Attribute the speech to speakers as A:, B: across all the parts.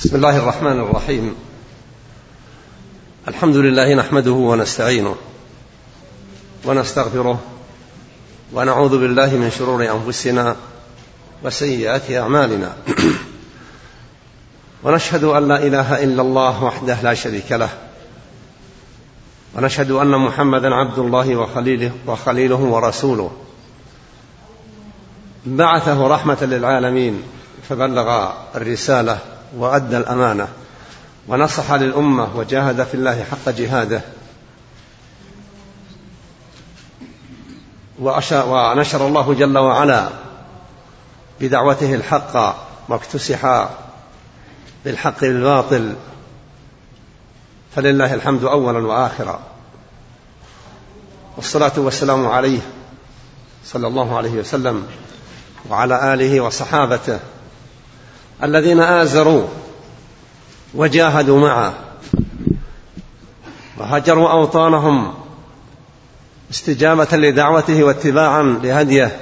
A: بسم الله الرحمن الرحيم. الحمد لله نحمده ونستعينه ونستغفره ونعوذ بالله من شرور أنفسنا وسيئات أعمالنا ونشهد أن لا إله إلا الله وحده لا شريك له ونشهد أن محمدا عبد الله وخليله ورسوله بعثه رحمة للعالمين فبلغ الرسالة وأدى الأمانة ونصح للأمة وجاهد في الله حق جهاده ونشر الله جل وعلا بدعوته الحق واكتسح بالحق بالباطل فلله الحمد أولا وآخرا، والصلاة والسلام عليه صلى الله عليه وسلم وعلى آله وصحابته الذين آزروا وجاهدوا معه وهجروا أوطانهم استجابة لدعوته واتباعا لهديه،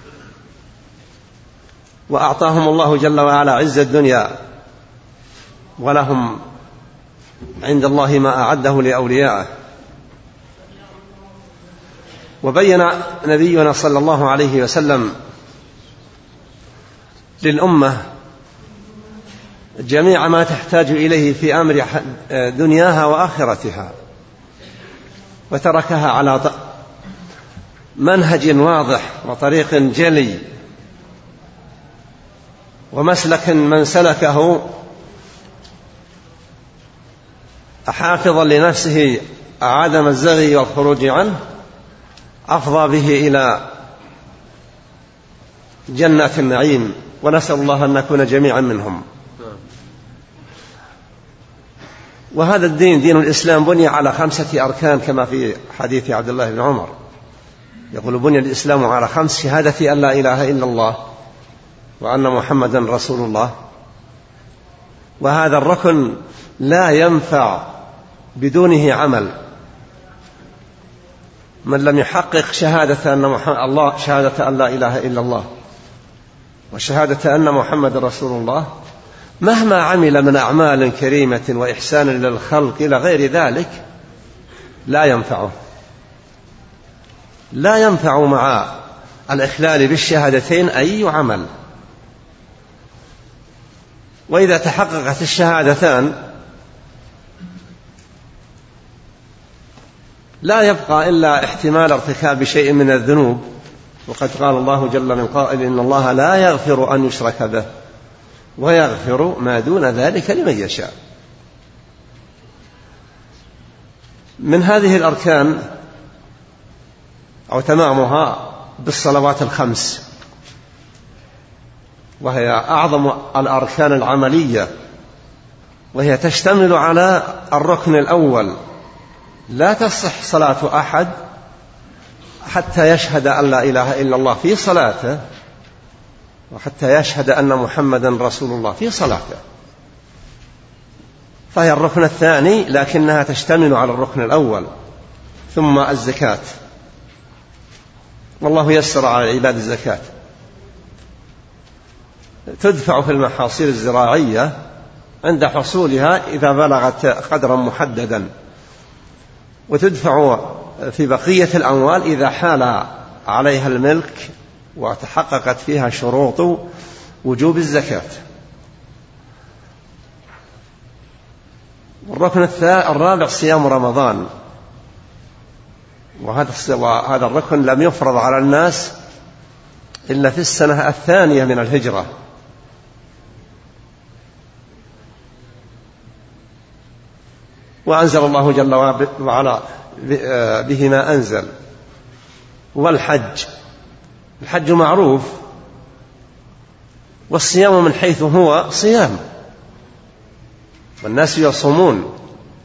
A: وأعطاهم الله جل وعلا عز الدنيا ولهم عند الله ما أعده لأوليائه. وبين نبينا صلى الله عليه وسلم للأمة جميع ما تحتاج إليه في أمر دنياها وآخرتها، وتركها على منهج واضح وطريق جلي ومسلك من سلكه حافظا لنفسه عدم الزغي والخروج عنه أفضى به إلى جنات النعيم، ونسأل الله أن نكون جميعا منهم. وهذا الدين دين الإسلام بني على 5 أركان كما في حديث عبد الله بن عمر، يقول بني الإسلام على 5: شهادة أن لا إله إلا الله وأن محمدا رسول الله. وهذا الركن لا ينفع بدونه عمل، من لم يحقق شهادة أن لا إله إلا الله وشهادة أن محمد رسول الله مهما عمل من أعمال كريمة وإحسان للخلق إلى غير ذلك لا ينفع مع الإخلال بالشهادتين أي عمل. وإذا تحققت الشهادتان لا يبقى إلا احتمال ارتكاب شيء من الذنوب، وقد قال الله جل من قائل: إن الله لا يغفر أن يشرك به ويغفر ما دون ذلك لمن يشاء. من هذه الأركان أو تمامها بالصلوات ال5، وهي أعظم الأركان العملية، وهي تشتمل على الركن الأول: لا تصح صلاة أحد حتى يشهد أن لا إله إلا الله في صلاته وحتى يشهد أن محمدا رسول الله في صلاته. فهي الركن الثاني لكنها تشتمل على الركن الأول. ثم الزكاة، والله يسر على العباد الزكاة، تدفع في المحاصيل الزراعية عند حصولها إذا بلغت قدرا محددا، وتدفع في بقية الأموال إذا حال عليها الملك وتحققت فيها شروط وجوب الزكاة. والركن الرابع صيام رمضان، وهذا الركن لم يفرض على الناس إلا في السنة الثانية من الهجرة، وأنزل الله جل وعلا به ما أنزل. والحج معروف، والصيام من حيث هو صيام، والناس يصومون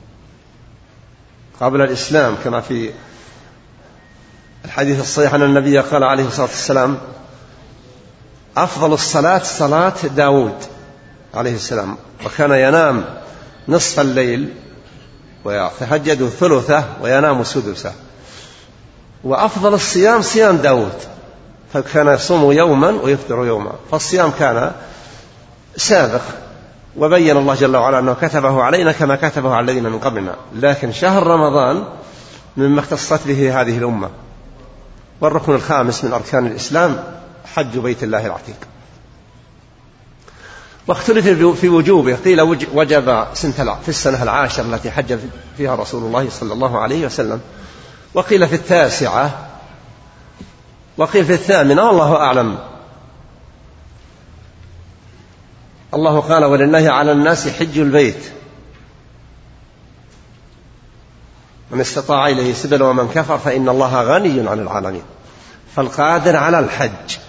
A: قبل الإسلام، كما في الحديث الصحيح أن النبي قال عليه الصلاة والسلام: أفضل الصلاة صلاة داود عليه السلام، وكان ينام نصف الليل ويتهجد ثلثه وينام سدسه. وأفضل الصيام صيام داود، فكان يصوم يوما ويفطر يوما، فالصيام كان سابق وبين الله جل وعلا أنه كتبه علينا كما كتبه على الذين من قبلنا، لكن شهر رمضان مما اختصت به هذه الأمة. والركن الخامس من أركان الإسلام حج بيت الله العتيق. واختلف في وجوبه، قيل وجب في السنة العاشرة التي حج فيها رسول الله صلى الله عليه وسلم، وقيل في 9، وقيل في 8، والله أعلم. الله قال: ولله على الناس حج البيت من استطاع إليه سبيلا ومن كفر فإن الله غني عن العالمين. فالقادر على الحج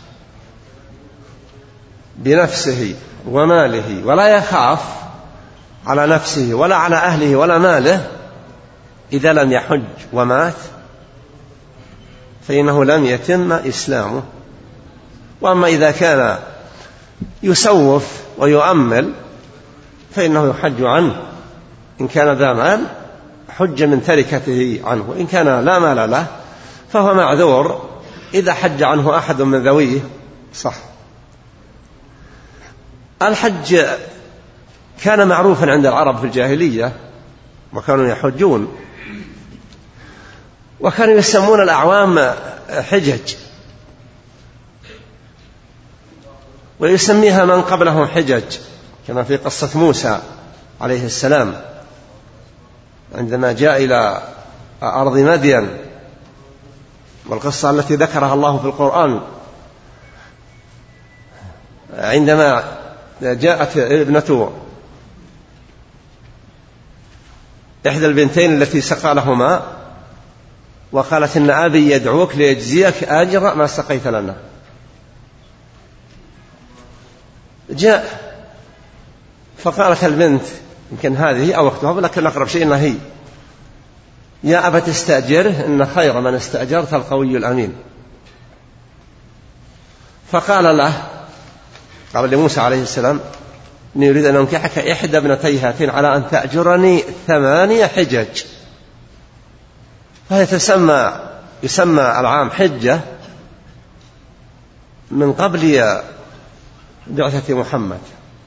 A: بنفسه وماله ولا يخاف على نفسه ولا على أهله ولا ماله إذا لم يحج ومات فإنه لم يتم إسلامه. وأما إذا كان يسوف ويؤمل فإنه يحج عنه، إن كان ذا مال حج من تركته عنه، إن كان لا مال له فهو معذور إذا حج عنه أحد من ذويه صح. الحج كان معروفا عند العرب في الجاهلية، وكانوا يحجون، وكانوا يسمون الأعوام حجج، ويسميها من قبلهم حجج، كما في قصة موسى عليه السلام عندما جاء إلى أرض مدين، والقصة التي ذكرها الله في القرآن عندما جاءت ابنة إحدى البنتين التي سقى لهما وقالت: إن أبي يدعوك ليجزيك أجر ما سقيت لنا. جاء فقالت البنت: يمكن هذه أو أختها ولكن أقرب شيء إنها هي: يا أبا تستأجره إن خير من استأجرت القوي الأمين. فقال له، قال لموسى عليه السلام: إني أريد أن أنكحك إحدى ابنتي هاتين على أن تأجرني 8 حجج. فهي يسمى العام حجة من قبل بعثة محمد.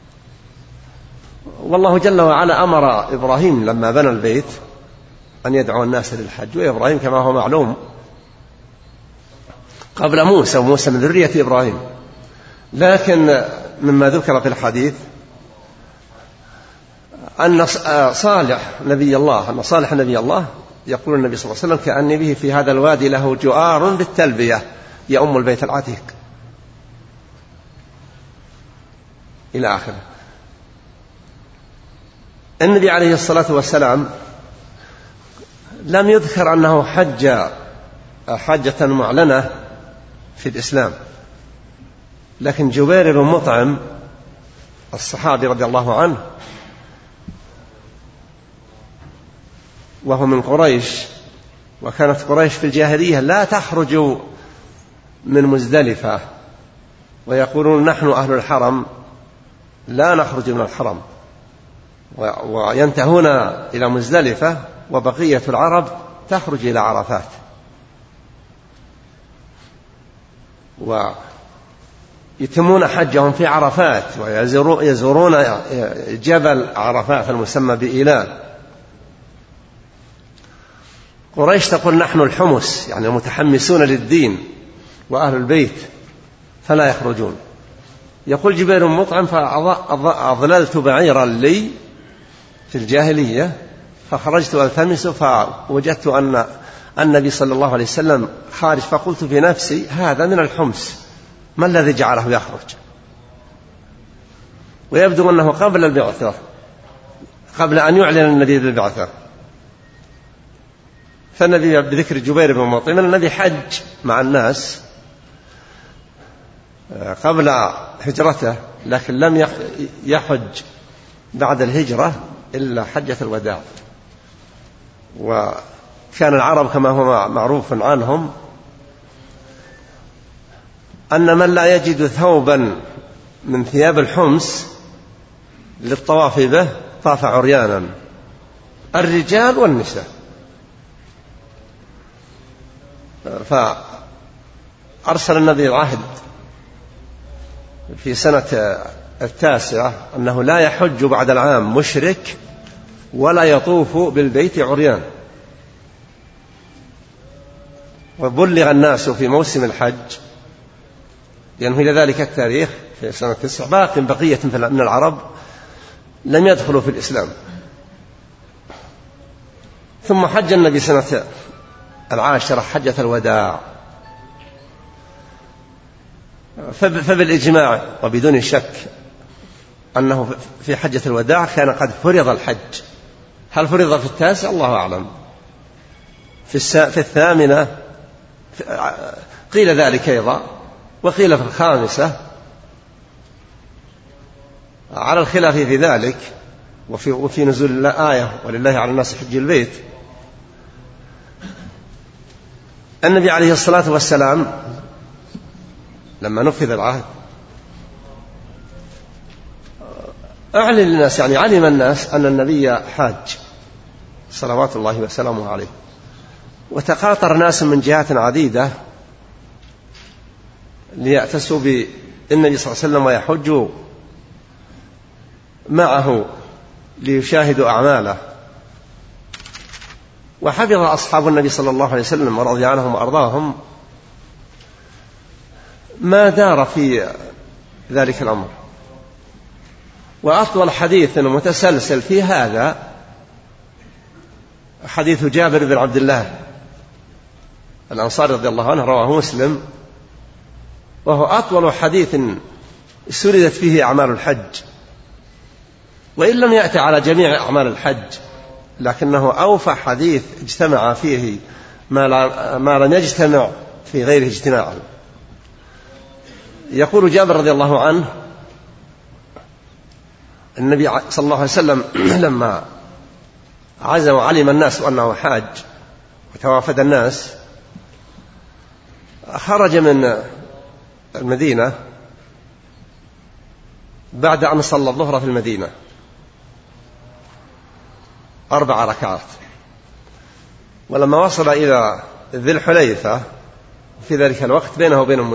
A: والله جل وعلا أمر إبراهيم لما بنى البيت أن يدعو الناس للحج، وإبراهيم كما هو معلوم قبل موسى، وموسى من ذرية إبراهيم. لكن مما ذكر في الحديث أن صالح نبي الله يقول النبي صلى الله عليه وسلم: كأني به في هذا الوادي له جؤار بالتلبية يؤم البيت العتيق إلى آخره. النبي عليه الصلاة والسلام لم يذكر أنه حج حجة معلنة في الإسلام، لكن جبير بن مطعم الصحابي رضي الله عنه وهو من قريش، وكانت قريش في الجاهلية لا تخرج من مزدلفة، ويقولون: نحن أهل الحرم لا نخرج من الحرم، وينتهون إلى مزدلفة، وبقية العرب تخرج إلى عرفات. ويتمون حجهم في عرفات، ويزورون جبل عرفات المسمى بإيلال. قريش تقول: نحن الحمس، يعني المتحمسون للدين وأهل البيت، فلا يخرجون. يقول جبير بن مطعم: فأضللت بعيرا لي في الجاهلية فخرجت ألتمس، فوجدت أن النبي صلى الله عليه وسلم خارج، فقلت في نفسي: هذا من الحمس، ما الذي جعله يخرج؟ ويبدو أنه قبل البعثة، قبل أن يعلن النبي بالبعثة. فالنبي بذكر جبير بن مطعم النبي حج مع الناس قبل هجرته، لكن لم يحج بعد الهجرة إلا حجة الوداع. وكان العرب كما هو معروف عنهم أن من لا يجد ثوبا من ثياب الحمس للطواف به طاف عريانا، الرجال والنساء. فأرسل النبي العهد في سنة التاسعة أنه لا يحج بعد العام مشرك ولا يطوف بالبيت عريان. وبلغ الناس في موسم الحج لأنه إلى ذلك التاريخ في سنة 9 بقية من العرب لم يدخلوا في الإسلام. ثم حج النبي سنة 10 حجة الوداع. فبالإجماع وبدون شك أنه في حجة الوداع كان قد فرض الحج. هل فرض في 9؟ الله أعلم. في 8 قيل ذلك أيضا، وقيل في 5 على الخلاف في ذلك. وفي نزول الآية ولله على الناس حج البيت، النبي عليه الصلاة والسلام لما نفذ العهد أعلن للناس، يعني علم الناس أن النبي حاج صلوات الله وسلامه عليه. وتقاطر ناس من جهات عديدة ليأتسوا بالنبي صلى الله عليه وسلم ويحجوا معه ليشاهدوا أعماله. وحفظ أصحاب النبي صلى الله عليه وسلم ورضي عنهم وأرضاهم ما دار في ذلك الأمر. وأطول حديث متسلسل في هذا حديث جابر بن عبد الله الأنصاري رضي الله عنه، رواه مسلم، وهو أطول حديث سردت فيه أعمال الحج، وإن لم يأتي على جميع أعمال الحج، لكنه أوفى حديث اجتمع فيه ما لم يجتمع في غيره اجتماعا. يقول جابر رضي الله عنه: النبي صلى الله عليه وسلم لما عزم وعلم الناس أنه حاج وتوافد الناس، خرج من المدينة بعد أن صلى الظهر في المدينة 4 ركعات. ولما وصل إلى ذي الحليفة في ذلك الوقت بينه وبين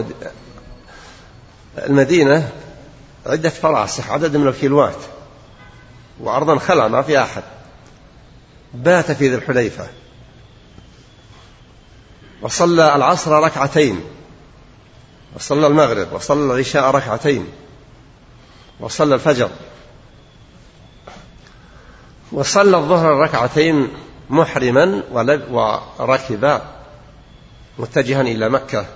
A: المدينة عدة فراسخ، عدد من الكيلوات، وأرضا خلع ما في أحد. بات في ذي الحليفة وصلى العصر 2 ركعتين، وصلى المغرب، وصلى العشاء 2 ركعتين، وصلى الفجر، وصلى الظهر 2 ركعتين محرما وركب متجها إلى مكة.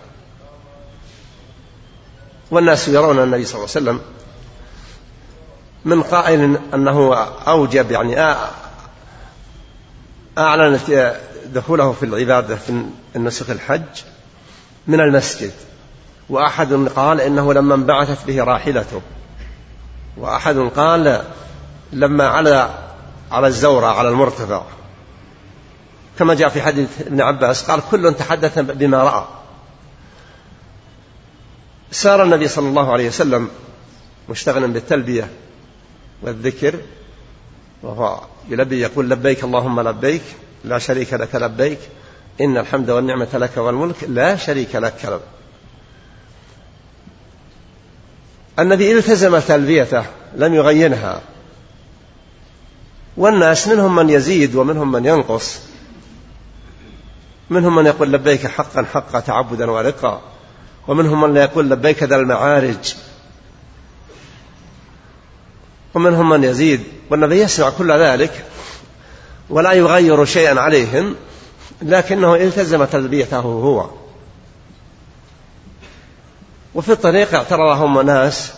A: والناس يرون النبي صلى الله عليه وسلم من قائل أنه أوجب، يعني أعلن دخوله في العبادة في النسك الحج من المسجد. وأحد قال إنه لما انبعثت به راحلته، وأحد قال لما على الزورة على المرتفع، كما جاء في حديث ابن عباس قال: كل تحدث بما رأى. سار النبي صلى الله عليه وسلم مشتغلا بالتلبية والذكر، وهو يلبي يقول: لبيك اللهم لبيك لا شريك لك لبيك إن الحمد والنعمة لك والملك لا شريك لك. النبي التزم تلبيته لم يغينها. والناس منهم من يزيد ومنهم من ينقص، منهم من يقول لبيك حقا حقا تعبدا ورقا، ومنهم من يقول لبيك ذا المعارج، ومنهم من يزيد. والنبي يسمع كل ذلك ولا يغير شيئا عليهم، لكنه التزم تلبيته هو. وفي الطريق اعترضهم ناس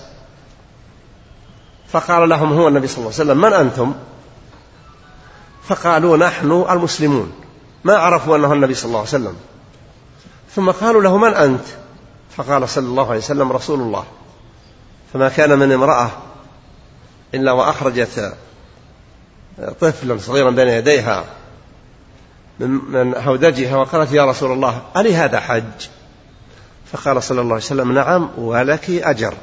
A: فقال لهم هو النبي صلى الله عليه وسلم: من أنتم؟ فقالوا: نحن المسلمون. ما عرفوا أنه النبي صلى الله عليه وسلم. ثم قالوا له: من أنت؟ فقال صلى الله عليه وسلم: رسول الله. فما كان من امرأة إلا وأخرجت طفلا صغيرا بين يديها من هودجها وقالت: يا رسول الله ألي هذا حج؟ فقال صلى الله عليه وسلم: نعم ولك أجر.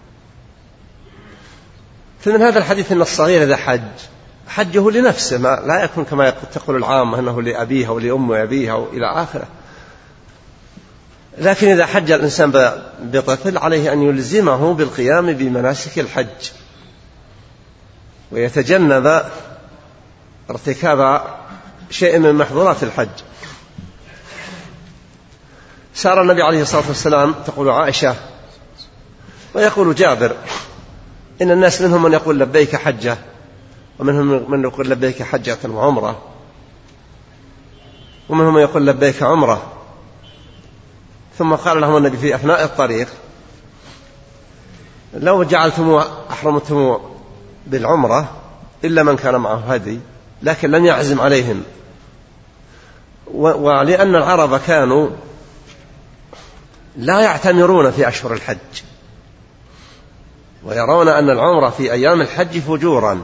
A: فمن هذا الحديث أن الصغير إذا حجه لنفسه، لا يكون كما تقول العامة أنه لأبيها ولأمه وأبيها وإلى آخره. لكن إذا حج الإنسان بطفل عليه أن يلزمه بالقيام بمناسك الحج ويتجنب ارتكاب شيء من محظورات الحج. سار النبي عليه الصلاة والسلام، تقول عائشة ويقول جابر، إن الناس منهم من يقول لبيك حجة، ومنهم من يقول لبيك حجة وعمرة، ومنهم من يقول لبيك عمرة. ثم قال لهم النبي في أثناء الطريق: لو جعلتم أحرمتم بالعمرة إلا من كان معه هدي، لكن لم يعزم عليهم. ولأن العرب كانوا لا يعتمرون في أشهر الحج، ويرون أن العمرة في أيام الحج فجورا،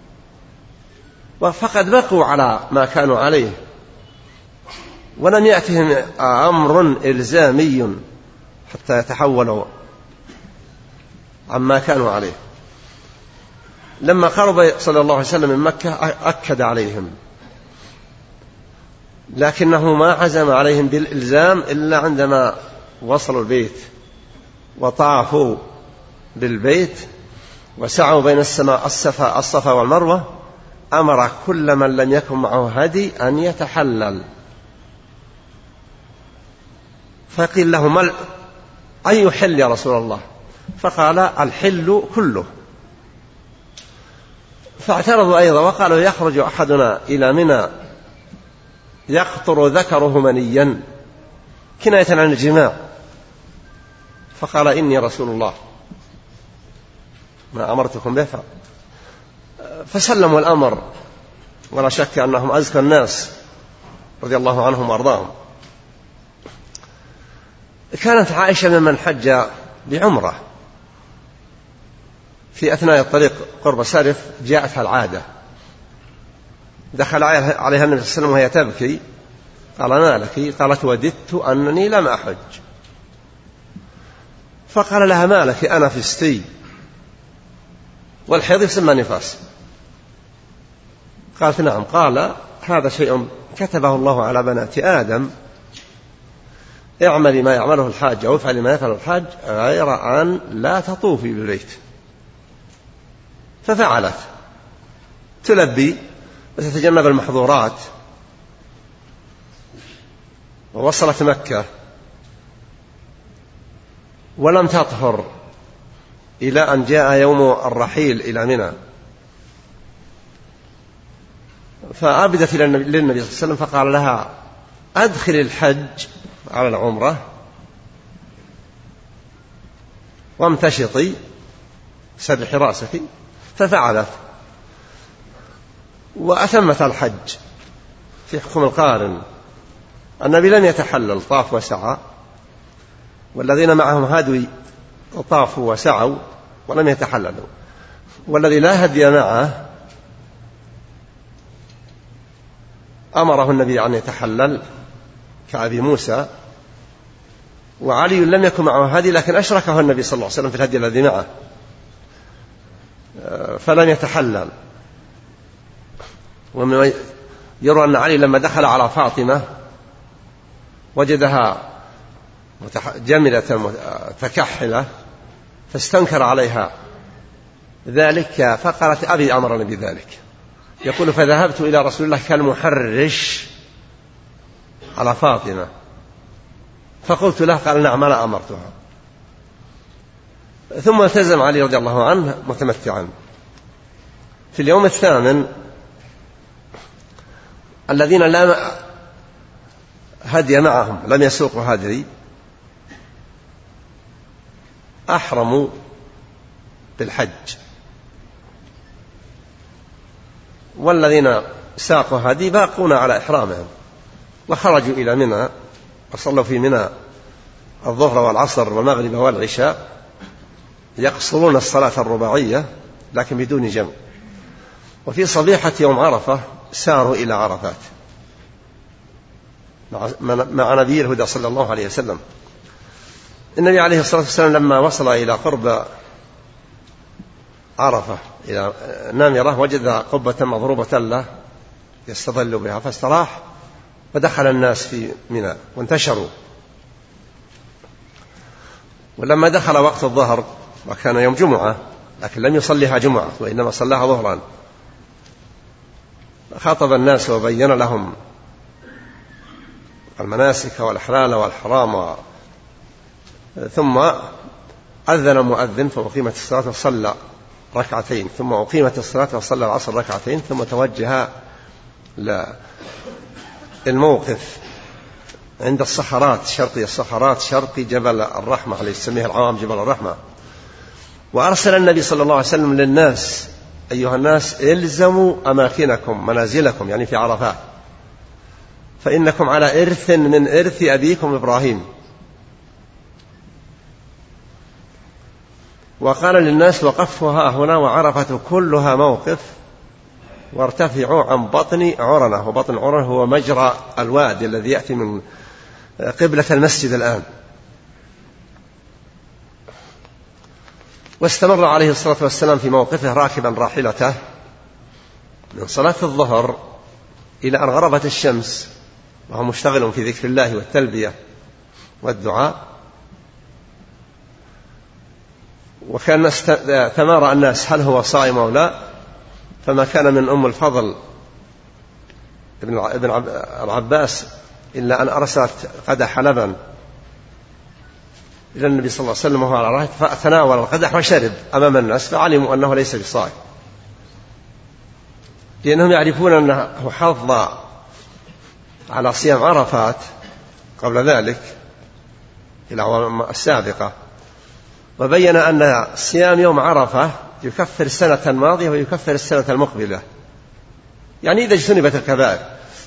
A: فقد بقوا على ما كانوا عليه، ولم يأتهم أمر إلزامي حتى يتحولوا عما كانوا عليه. لما قرب صلى الله عليه وسلم من مكة أكد عليهم، لكنه ما عزم عليهم بالإلزام إلا عندما وصلوا البيت وطافوا بالبيت وسعوا بين الصفا والمروة. أمر كل من لم يكن معه هدي أن يتحلل، فقيل له: أي حل يا رسول الله؟ فقال: الحل كله. فاعترضوا أيضا وقالوا: يخرج أحدنا إلى منى يقطر ذكره منيا، كناية عن الجماع. فقال: إني رسول الله ما أمرتكم به. فسلموا الأمر، ولا شك أنهم أزكى الناس رضي الله عنهم وأرضاهم. كانت عائشة ممن حج بعمرة. في أثناء الطريق قرب سرف جاءتها العادة، دخل عليها النبي صلى الله عليه وسلم وهي تبكي، قال: ما لك؟ قالت: وددت أنني لم أحج. فقال لها: ما لك؟ أنا فستي، والحيض يسمى نفاس. قالت: نعم. قال: هذا شيء كتبه الله على بنات آدم، اعملي ما يعمله الحاج أو افعلي ما يفعل الحاج غير أن لا تطوفي بالبيت. ففعلت، تلبي وتتجنب المحظورات، ووصلت مكة ولم تطهر إلى أن جاء يوم الرحيل إلى منى. فعبدت للنبي صلى الله عليه وسلم فقال لها: أدخل الحج على العمرة وامتشطي، سرحي رأسك. ففعلت وأتمت الحج في حكم القارن. النبي لم يتحلل، طاف وسعى، والذين معهم هدي طافوا وسعوا ولم يتحللوا. والذي لا هدي معه أمره النبي أن يتحلل كأبي موسى. وعلي لم يكن معه هدي، لكن أشركه النبي صلى الله عليه وسلم في الهدي الذي معه فلم يتحلل. ومن يروى أن علي لما دخل على فاطمة وجدها جملة متكحلة فاستنكر عليها ذلك، فقالت: أبي أمرني بذلك. يقول: فذهبت إلى رسول الله كالمحرش على فاطمة، فقلت له، قال: نعم أنا أمرتها. ثم التزم علي رضي الله عنه متمتعا. في اليوم الثامن الذين لا هدي معهم، لم يسوقوا هدي، أحرموا بالحج، والذين ساقوا هدي باقون على إحرامهم، وخرجوا إلى منى وصلوا في منى الظهر والعصر والمغرب والعشاء، يقصرون الصلاة الرباعية لكن بدون جمع. وفي صبيحة يوم عرفة ساروا إلى عرفات مع نبي الهدى صلى الله عليه وسلم. النبي عليه الصلاة والسلام لما وصل إلى قرب عرفة إلى نامرة وجد قبة مضروبة له يستظل بها، فاستراح ودخل الناس في منى وانتشروا. ولما دخل وقت الظهر وكان يوم جمعة لكن لم يصليها جمعة وإنما صلاها ظهرا، خاطب الناس وبين لهم المناسك والحلال والحرام، ثم أذن مؤذن فأقيمت الصلاة وصلى ركعتين، ثم أقيمت الصلاة وصلى العصر ركعتين، ثم توجه للموقف عند الصخرات، شرقي الصخرات شرقي جبل الرحمة عليه يسميه العوام جبل الرحمة. وأرسل النبي صلى الله عليه وسلم للناس: أيها الناس إلزموا أماكنكم منازلكم، يعني في عرفات، فإنكم على إرث من إرث أبيكم إبراهيم. وقال للناس: وقفتها هنا وعرفة كلها موقف، وارتفعوا عن بطن عرنة، وبطن عرنة هو مجرى الوادي الذي يأتي من قبلة المسجد الآن. واستمر عليه الصلاة والسلام في موقفه راكبا راحلته من صلاة الظهر إلى أن غربت الشمس، وهو مشتغل في ذكر الله والتلبية والدعاء. وكان تمارى الناس هل هو صائم أو لا، فما كان من أم الفضل ابن العباس إلا أن أرسلت قدح لبن إلى النبي صلى الله عليه وسلم وهو على راحلته، فتناول القدح وشرب أمام الناس، فعلموا أنه ليس بصائم، لأنهم يعرفون أنه حظ على صيام عرفات قبل ذلك في الأعوام السابقة، وبين أن صيام يوم عرفة يكفر السنة الماضية ويكفر السنة المقبلة، يعني إذا اجتنبت الكبائر.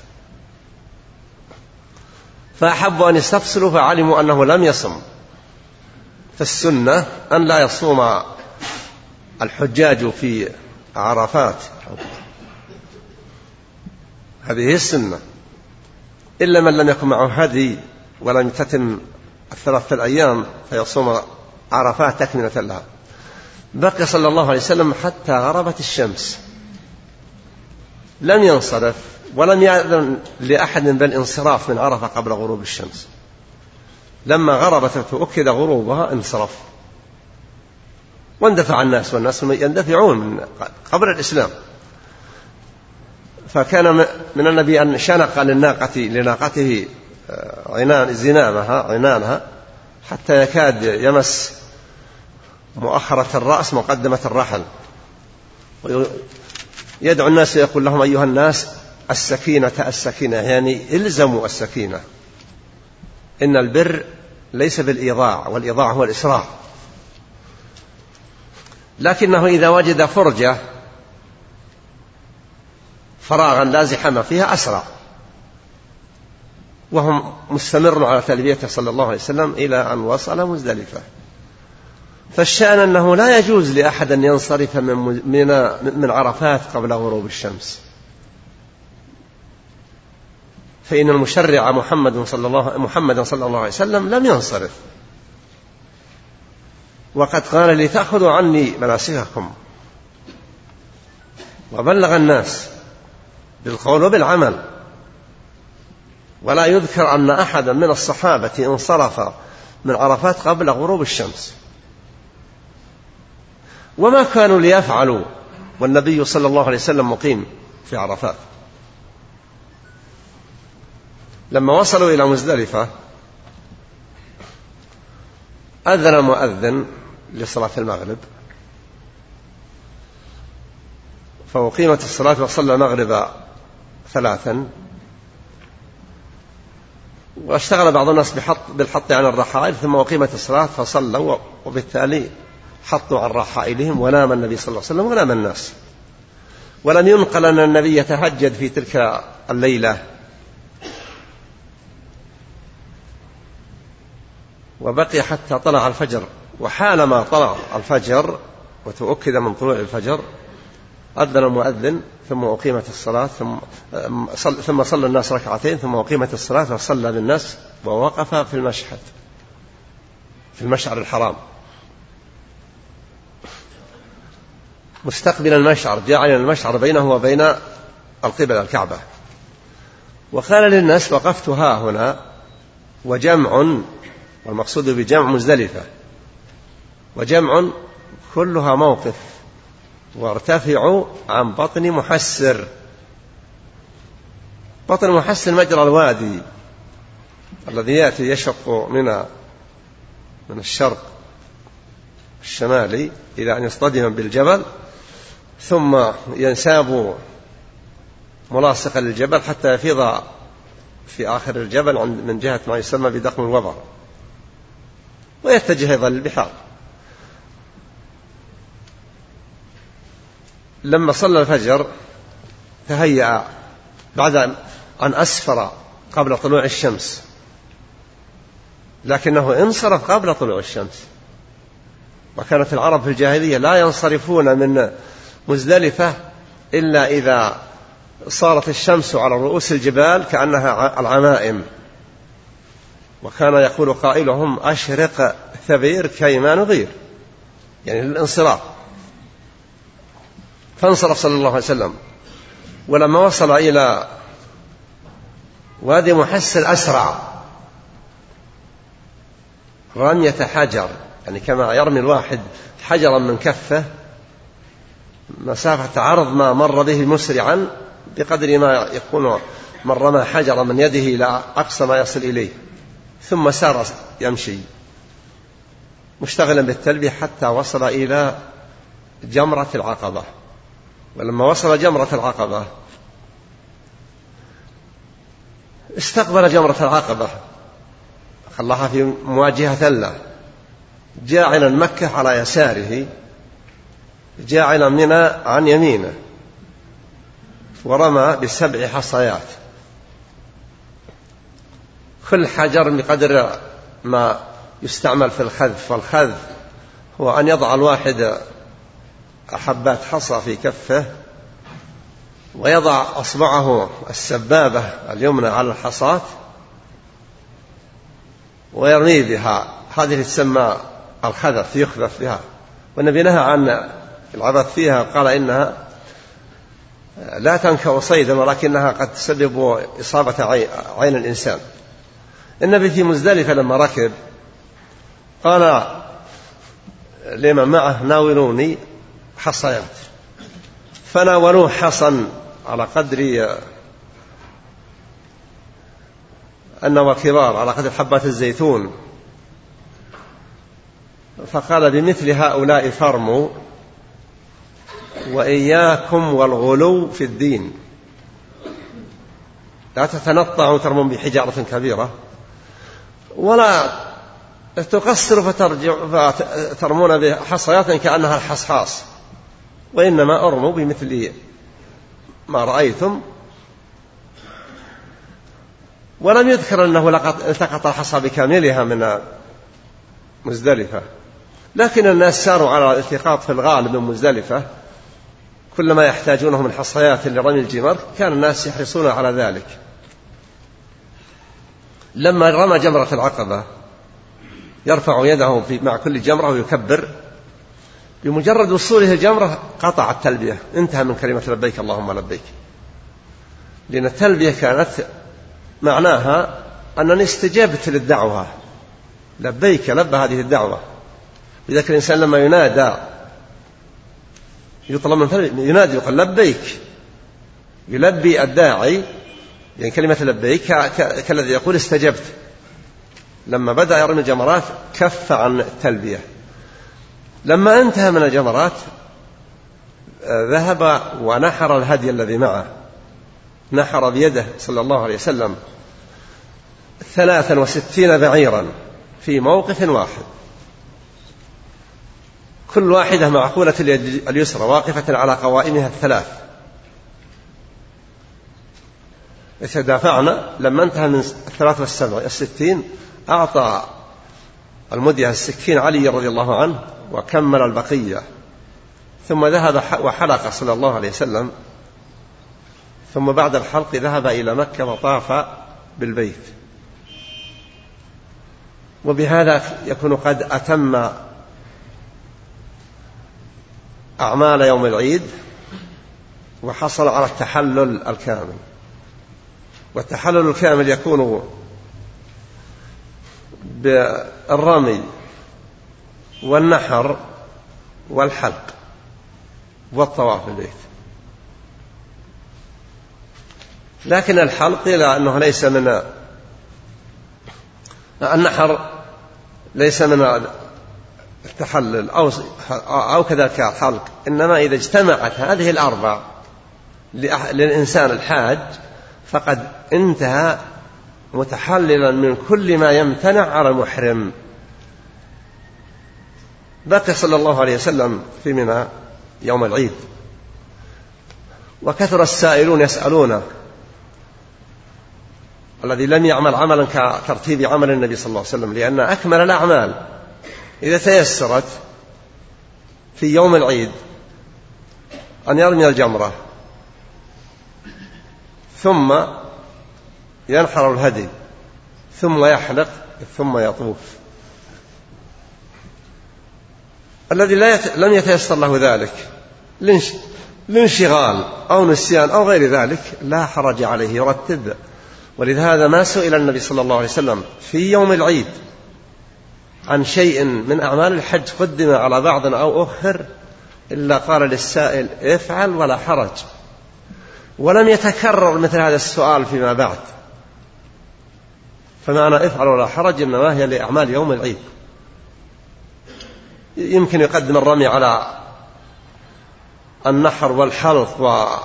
A: فأحبوا أن يستفصلوا فعلموا أنه لم يصم، فالسنة أن لا يصوم الحجاج في عرفات، هذه السنة، إلا من لم يكن معه هدي ولم تتم الثلاثة الأيام فيصوم عرفات تكملة لها. بقي صلى الله عليه وسلم حتى غربت الشمس، لم ينصرف ولم يأذن لأحد بالانصراف من عرفة قبل غروب الشمس. لما غربت وتؤكد غروبها انصرف واندفع الناس، والناس يندفعون من قبل الإسلام. فكان من النبي أن شنق لناقته عنانها حتى يكاد يمس مؤخرة الرأس مقدمة الرحل، ويدعو الناس ويقول لهم: أيها الناس السكينة السكينة، يعني إلزموا السكينة، إن البر ليس بالإيضاع، والإيضاع هو الإسراع، لكنه إذا وجد فرجة فراغا لا زحام فيها أسرع. وهم مستمر على تلبيته صلى الله عليه وسلم إلى أن وصل مزدلفة. فالشأن أنه لا يجوز لأحد أن ينصرف من عرفات قبل غروب الشمس، فإن المشرع محمد صلى الله عليه وسلم لم ينصرف، وقد قال: لتأخذوا عني مناسككم، وبلغ الناس بالقول وبالعمل. ولا يذكر أن أحدا من الصحابة انصرف من عرفات قبل غروب الشمس، وما كانوا ليفعلوا والنبي صلى الله عليه وسلم مقيم في عرفات. لما وصلوا إلى مزدلفة أذن مؤذن لصلاة المغرب، فأقيمت الصلاة وصلى المغرب 3، واشتغل بعض الناس بالحط عن الرحائل، ثم أقيمت الصلاة فصلوا، وبالتالي حطوا عن رحائلهم، ونام النبي صلى الله عليه وسلم ونام الناس. ولم ينقل أن النبي يتهجد في تلك الليلة، وبقي حتى طلع الفجر. وحالما طلع الفجر وتؤكد من طلوع الفجر أذن المؤذن، ثم أقيمت الصلاة، ثم صلى الناس ركعتين، ثم أقيمت الصلاة وصلى بالناس، ووقف في المشهد في المشعر الحرام مستقبل المشعر، جاعل المشعر بينه وبين القبلة الكعبة، وقال للناس: وقفت ها هنا، وجمع، والمقصود بجمع مزدلفة، وجمع كلها موقف. وارتفعوا عن بطن محسر. بطن محسر مجرى الوادي الذي يأتي يشق من الشرق الشمالي إلى أن يصطدم بالجبل، ثم ينساب ملاصقا للجبل حتى يفيض في آخر الجبل من جهة ما يسمى بدقم الوبر، ويتجه أيضا للبحار. لما صلى الفجر تهيأ بعد أن أسفر قبل طلوع الشمس، لكنه انصرف قبل طلوع الشمس. وكانت العرب في الجاهلية لا ينصرفون من مزدلفة إلا إذا صارت الشمس على رؤوس الجبال كأنها العمائم، وكان يقول قائلهم: أشرق ثبير كيما نغير، يعني الانصراف. فانصرف صلى الله عليه وسلم. ولما وصل إلى وادي محسر أسرع رمية حجر، يعني كما يرمي الواحد حجرا من كفه مسافة عرض ما مر به مسرعا بقدر ما يكون من رمى حجرا من يده إلى أقصى ما يصل إليه، ثم سار يمشي مشتغلا بالتلبية حتى وصل إلى جمرة العقبة. ولما وصل جمرة العقبة استقبل جمرة العقبة، خلاها في مواجهة له، جاعلا مكة على يساره، جاعلا منى عن يمينه، ورمى ب7 حصيات، كل حجر بقدر ما يستعمل في الخذف. والخذف هو أن يضع الواحد حبات حصى في كفه ويضع أصبعه السبابة اليمنى على الحصاة ويرمي بها، هذه تسمى الخذف، يخذف بها. والنبي نهى عن العبث فيها، قال إنها لا تنكأ صيدا ولكنها قد تسبب إصابة عين الإنسان. النبي في مزدلفة لما ركب قال لمن معه: ناولوني حصيات، فناولوه حصا على قدر النوى كبار، على قدر حبات الزيتون، فقال: بمثل هؤلاء فارموا، وإياكم والغلو في الدين، لا تتنطعوا ترمون بحجارة كبيرة، ولا تقصروا فترمون بحصيات كأنها الحصحاص، وإنما أرموا بمثل ما رأيتم. ولم يذكر أنه التقط الحصى بكاملها من مزدلفة، لكن الناس ساروا على الالتقاط في الغالب من مزدلفة، كل ما يحتاجونه من حصيات لرمي الجمر كان الناس يحرصون على ذلك. لما رمى جمرة العقبة يرفع يده مع كل جمرة ويكبر، بمجرد وصوله الجمرة قطع التلبية، انتهى من كلمة لبيك اللهم لبيك، لأن التلبية كانت معناها أنني استجبت للدعوة، لبيك، لبى هذه الدعوة. لذلك الإنسان لما ينادى يطلب من ينادي يقول لبيك، يلبي الداعي، يعني كلمة لبيك كالذي يقول استجبت. لما بدأ يرمي الجمرات كف عن التلبية. لما انتهى من الجمرات ذهب ونحر الهدي الذي معه، نحر بيده صلى الله عليه وسلم 63 بعيرا في موقف واحد، كل واحدة معقولة اليد اليسرى واقفة على قوائمها 3. يتدافعنا. لما انتهى من 63 أعطى المدية السكين علي رضي الله عنه وكمل البقية، ثم ذهب وحلق صلى الله عليه وسلم، ثم بعد الحلق ذهب إلى مكة وطاف بالبيت. وبهذا يكون قد أتم أعمال يوم العيد وحصل على التحلل الكامل. والتحلل الكامل يكون بالرمي والنحر والحلق والطواف بالبيت. لكن الحلق قيل أنه ليس من النحر، ليس من التحلل أو كذلك الحلق، إنما إذا اجتمعت هذه الأربع للإنسان الحاج فقد انتهى متحللا من كل ما يمتنع على المحرم. بقي صلى الله عليه وسلم في منى يوم العيد، وكثر السائلون يسألونه، الذي لم يعمل عملا كترتيب عمل النبي صلى الله عليه وسلم، لأن أكمل الأعمال إذا تيسرت في يوم العيد أن يرمي الجمرة ثم ينحر الهدي ثم يحلق ثم يطوف. الذي لم يتيسر له ذلك لانشغال أو نسيان أو غير ذلك لا حرج عليه، يرتب. ولهذا ما سئل النبي صلى الله عليه وسلم في يوم العيد عن شيء من أعمال الحج قدم على بعض أو أخر إلا قال للسائل افعل ولا حرج، ولم يتكرر مثل هذا السؤال فيما بعد. فمعنى افعل ولا حرج إنما هي لأعمال يوم العيد. يمكن يقدم الرمي على النحر والحلق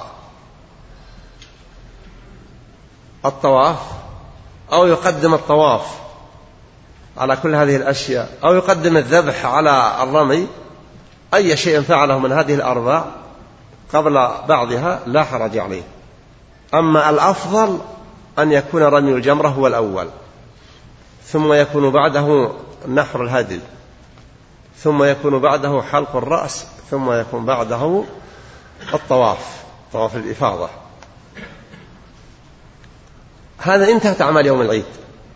A: والطواف، أو يقدم الطواف على كل هذه الأشياء، أو يقدم الذبح على الرمي. أي شيء فعله من هذه الأربع قبل بعضها لا حرج عليه. أما الأفضل أن يكون رمي الجمرة هو الأول، ثم يكون بعده نحر الهدي، ثم يكون بعده حلق الرأس، ثم يكون بعده الطواف، طواف الإفاضة. هذا انتهت أعمال يوم العيد.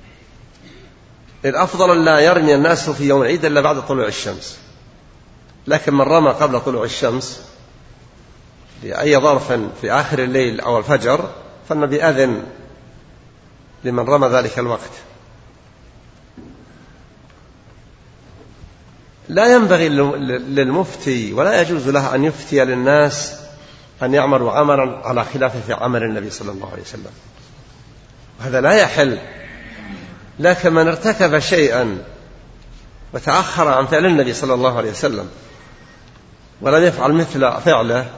A: الأفضل أن لا يرمي الناس في يوم العيد إلا بعد طلوع الشمس، لكن من رمى قبل طلوع الشمس لأي ظرف في آخر الليل أو الفجر فالنبي أذن لمن رمى ذلك الوقت. لا ينبغي للمفتي ولا يجوز له أن يفتي للناس أن يعملوا عملا على خلاف في عمل النبي صلى الله عليه وسلم، هذا لا يحل. لكن من ارتكب شيئا وتأخر عن فعل النبي صلى الله عليه وسلم ولم يفعل مثل فعله،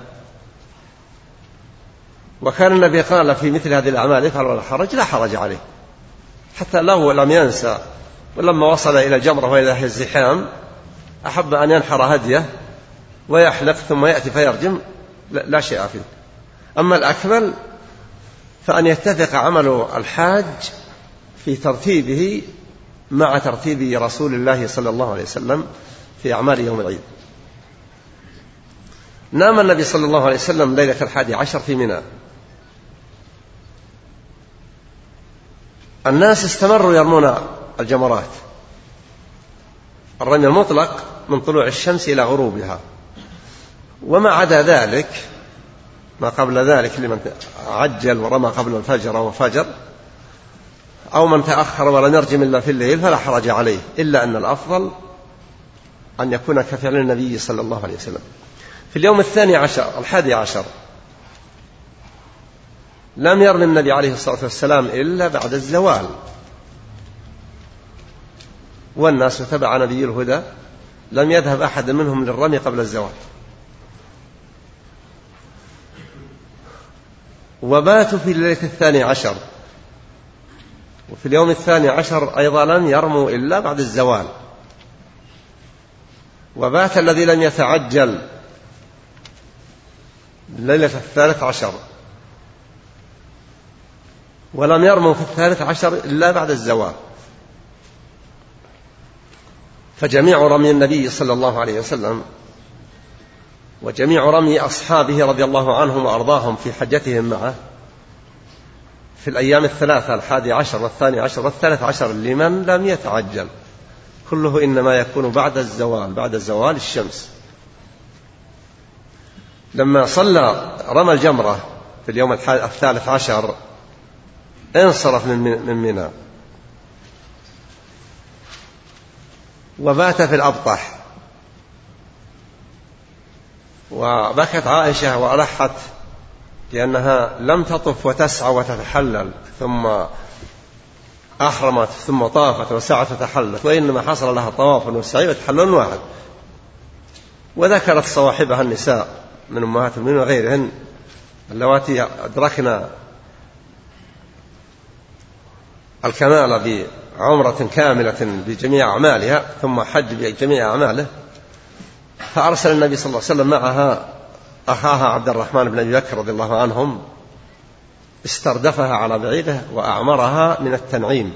A: وكان النبي قال في مثل هذه الأعمال افعل ولا حرج، لا حرج عليه، حتى لو لم ينسى. ولما وصل إلى الجمرة وإلى هي الزحام أحب أن ينحر هديه ويحلق ثم يأتي فيرجم، لا شيء فيه. أما الأكمل فأن يتفق عمل الحاج في ترتيبه مع ترتيب رسول الله صلى الله عليه وسلم في أعمال يوم العيد. نام النبي صلى الله عليه وسلم ليلة 11 في منى. الناس استمروا يرمون الجمرات، الرمي المطلق من طلوع الشمس إلى غروبها، وما عدا ذلك ما قبل ذلك لمن عجل ورمى قبل الفجر أو فجر، أو من تأخر ولم يرجم إلا في الليل فلا حرج عليه، إلا أن الأفضل أن يكون كفعل النبي صلى الله عليه وسلم. في اليوم 11 لم يرمي النبي عليه الصلاة والسلام إلا بعد الزوال، والناس تبع نبي الهدى لم يذهب أحد منهم للرمي قبل الزوال. وباتوا في الليلة 12، وفي اليوم 12 أيضا لم يرموا إلا بعد الزوال. وبات الذي لم يتعجل ليلة 13 ولم يرموا في 13 إلا بعد الزوال. فجميع رمي النبي صلى الله عليه وسلم وجميع رمي أصحابه رضي الله عنهم وأرضاهم في حجتهم معه في الأيام الثلاثة 11 و12 و13 لمن لم يتعجل كله إنما يكون بعد الزوال، بعد زوال الشمس. لما صلى رمى الجمرة في اليوم 13 انصرف من منى وبات في الأبطح وبكت عائشة وألحت لأنها لم تطف وتسعى وتتحلل ثم أحرمت ثم طافت وسعت وتحلت، وإنما حصل لها طواف وسعي وتحلل واحد. وذكرت صواحبها النساء من أمهات المؤمنين وغيرهن اللواتي أدركنا الكمال بعمرة كاملة بجميع أعمالها ثم حج بجميع أعماله، فأرسل النبي صلى الله عليه وسلم معها أخاها عبد الرحمن بن أبي بكر رضي الله عنهم، استردفها على بعيره وأعمرها من التنعيم،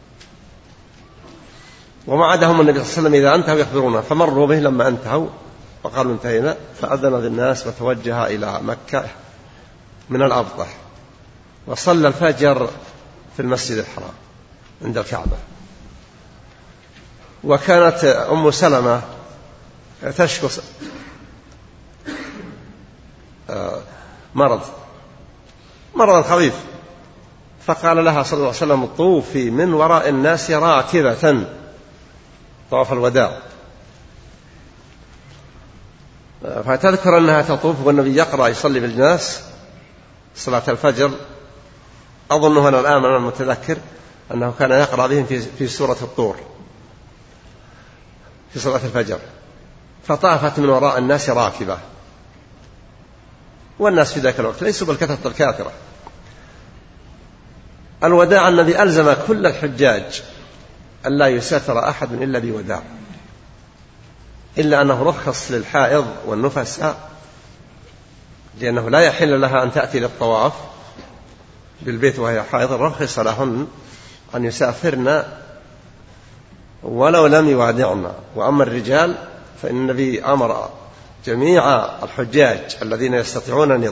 A: ووعدهم النبي صلى الله عليه وسلم إذا انتهوا يخبرونا، فمروا به لما انتهوا وقالوا انتهينا، فأذن للناس وتوجه إلى مكة من الأبطح، وصلى الفجر في المسجد الحرام عند الكعبة. وكانت أم سلمة تشكو مرضا خفيف، فقال لها صلى الله عليه وسلم طوفي من وراء الناس راكبة، طواف الوداع، فتذكر أنها تطوف والنبي يقرأ يصلي بالناس صلاة الفجر. أظنه أنا الآن أنا متذكر أنه كان يقرأ بهم في سورة الطور في صلاة الفجر، فطافت من وراء الناس راكبة، والناس في ذاك الوقت ليسوا بالكثرة الكاثرة. الوداع الذي ألزم كل الحجاج أن لا يسافر أحد إلا بوداع، إلا أنه رخص للحائض والنفساء، لأنه لا يحل لها أن تأتي للطواف بالبيت وهي حائض، رخص لهن أن يسافرن ولو لم يوادعن. وأما الرجال فإن النبي أمر جميع الحجاج الذين يستطيعون أن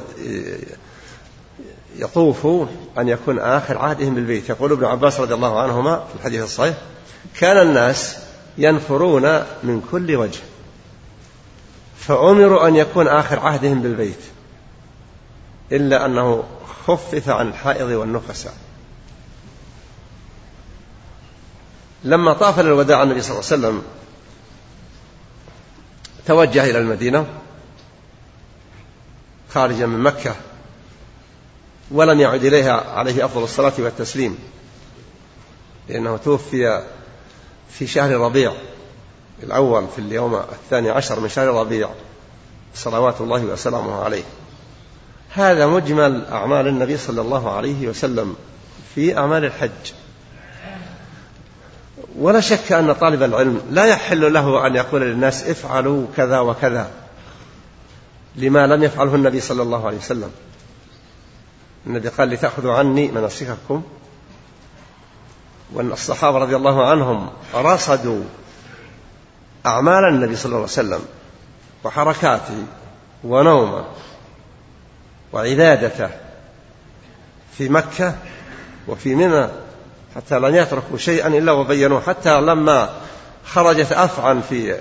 A: يطوفوا أن يكون آخر عهدهم بالبيت. يقول ابن عباس رضي الله عنهما في الحديث الصحيح: كان الناس ينفرون من كل وجه، فأمروا أن يكون آخر عهدهم بالبيت، إلا أنه خفف عن الحائض والنفساء. لما طاف للوداع النبي صلى الله عليه وسلم توجه إلى المدينة خارجا من مكة، ولم يعد إليها عليه أفضل الصلاة والتسليم، لأنه توفي في شهر ربيع الأول في اليوم 12 من شهر ربيع صلوات الله وسلامه عليه. هذا مجمل أعمال النبي صلى الله عليه وسلم في أعمال الحج. ولا شك أن طالب العلم لا يحل له أن يقول للناس افعلوا كذا وكذا لما لم يفعله النبي صلى الله عليه وسلم. النبي قال: لتأخذوا عني مناسككم. وأن الصحابة رضي الله عنهم رصدوا أعمال النبي صلى الله عليه وسلم وحركاته ونومه وعبادته في مكة وفي منى، حتى لن يتركوا شيئا إلا وبينوه. حتى لما خرجت أفعى في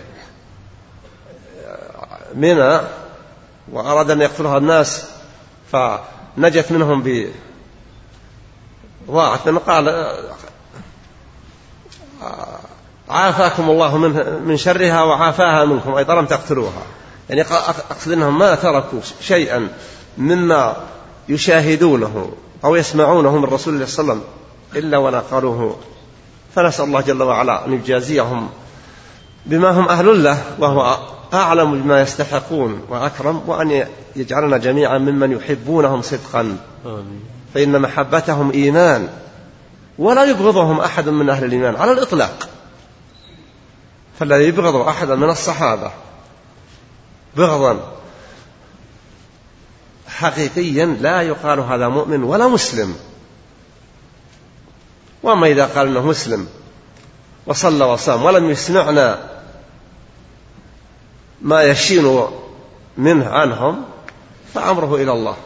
A: منى وأراد أن يقتلها الناس فنجت منهم بضاعة من، قال: عافاكم الله من شرها وعافاها منكم، أي لم تقتلوها. يعني أقصد أنهم ما تركوا شيئا مما يشاهدونه أو يسمعونه من رسول الله صلى الله عليه وسلم إلا ونقلوه. فنسأل الله جل وعلا أن يجازيهم بما هم أهل له، وهو أعلم بما يستحقون وأكرم، وأن يجعلنا جميعا ممن يحبونهم صدقا، فإن محبتهم إيمان، ولا يبغضهم أحد من أهل الإيمان على الإطلاق. فالذي يبغض أحدا من الصحابة بغضا حقيقيا لا يقال هذا مؤمن ولا مسلم. وما إذا قال أنه مسلم وصلى وصام ولم يسمعنا ما يشين منه عنهم فأمره إلى الله.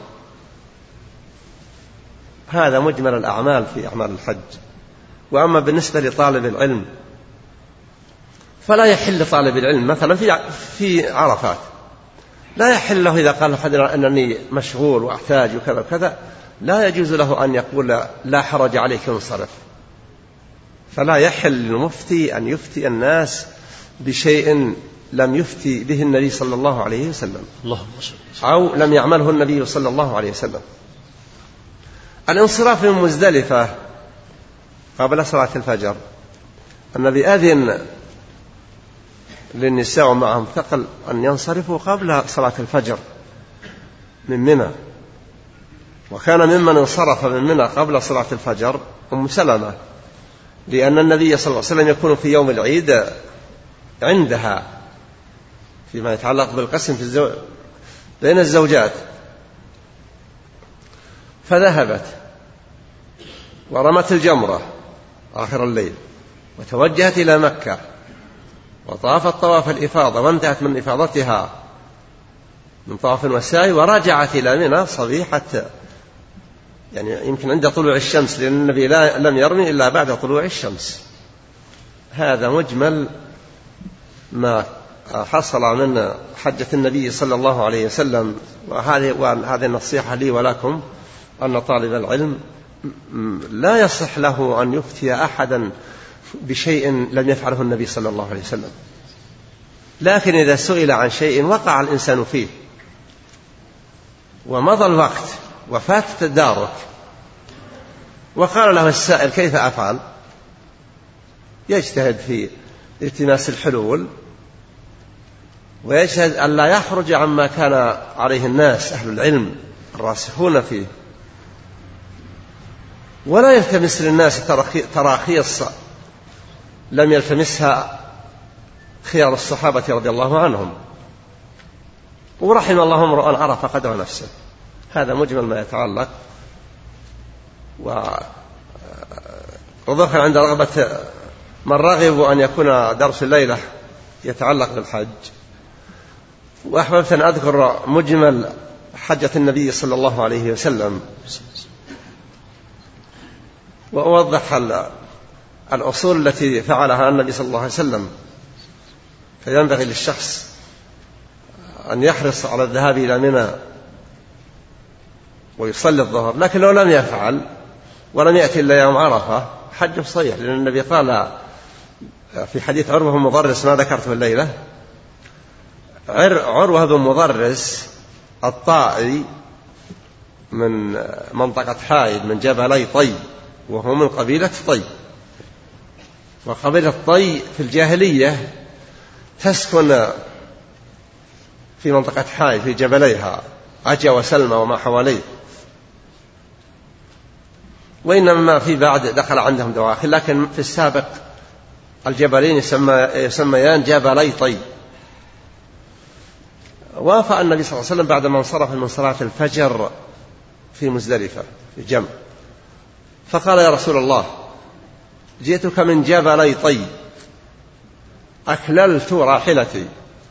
A: هذا مجمل الأعمال في أعمال الحج. وأما بالنسبة لطالب العلم فلا يحل طالب العلم مثلا في عرفات، لا يحل له إذا قال أحد أنني مشغول وأحتاج وكذا وكذا، لا يجوز له أن يقول لا حرج عليك انصرف. فلا يحل للمفتي أن يفتي الناس بشيء لم يفتي به النبي صلى الله عليه وسلم أو لم يعمله النبي صلى الله عليه وسلم. الانصراف من مزدلفة قبل صلاة الفجر، النبي أذن للنساء ومعهم ثقل أن ينصرفوا قبل صلاة الفجر من منى، وكان ممن انصرف من منى قبل صلاة الفجر أم سلمة، لأن النبي صلى الله عليه وسلم يكون في يوم العيد عندها فيما يتعلق بالقسم بين الزوجات، فذهبت ورمت الجمرة آخر الليل وتوجهت إلى مكة وطافت طواف الإفاضة وانتهت من إفاضتها من طواف وسعي، ورجعت إلى منى صبيحة يعني يمكن عند طلوع الشمس، لأن النبي لم يرمي إلا بعد طلوع الشمس. هذا مجمل ما حصل من حجة النبي صلى الله عليه وسلم. وهذه النصيحة لي ولكم، أن طالب العلم لا يصح له أن يفتي أحدا بشيء لم يفعله النبي صلى الله عليه وسلم، لكن إذا سئل عن شيء وقع الإنسان فيه ومضى الوقت وفات التدارك وقال له السائل كيف أفعل، يجتهد في التماس الحلول ويجتهد أن لا يخرج عما كان عليه الناس أهل العلم الراسخون فيه، ولا يلتمس للناس تراخيص لم يلتمسها خيار الصحابة رضي الله عنهم، ورحم الله امرؤ عرف قدر نفسه. هذا مجمل ما يتعلق. وضخ عند رغبة من رغب أن يكون درس الليلة يتعلق بالحج، وأحببت أن أذكر مجمل حجة النبي صلى الله عليه وسلم وأوضح الأصول التي فعلها النبي صلى الله عليه وسلم. فينبغي للشخص أن يحرص على الذهاب إلى منى ويصلي الظهر، لكن لو لم يفعل ولم يأتي إلا يوم عرفة حج صحيح، لأن النبي قال في حديث عروة بن مضرس ما ذكرته الليلة، عروة بن مضرس الطائي من منطقة حائد من جبلي طي، وهو من قبيلة طي، وقبيلة طي في الجاهلية تسكن في منطقة حائد في جبليها عجا وسلمى وما حواليه، وإنما في بعد دخل عندهم دواخل، لكن في السابق الجبلين يسميان جبلي طي. وافق النبي صلى الله عليه وسلم بعد ما انصرف من صلاة الفجر في مزدلفة في جمع، فقال يا رسول الله جئتك من جبلي طي أكللت راحلتي،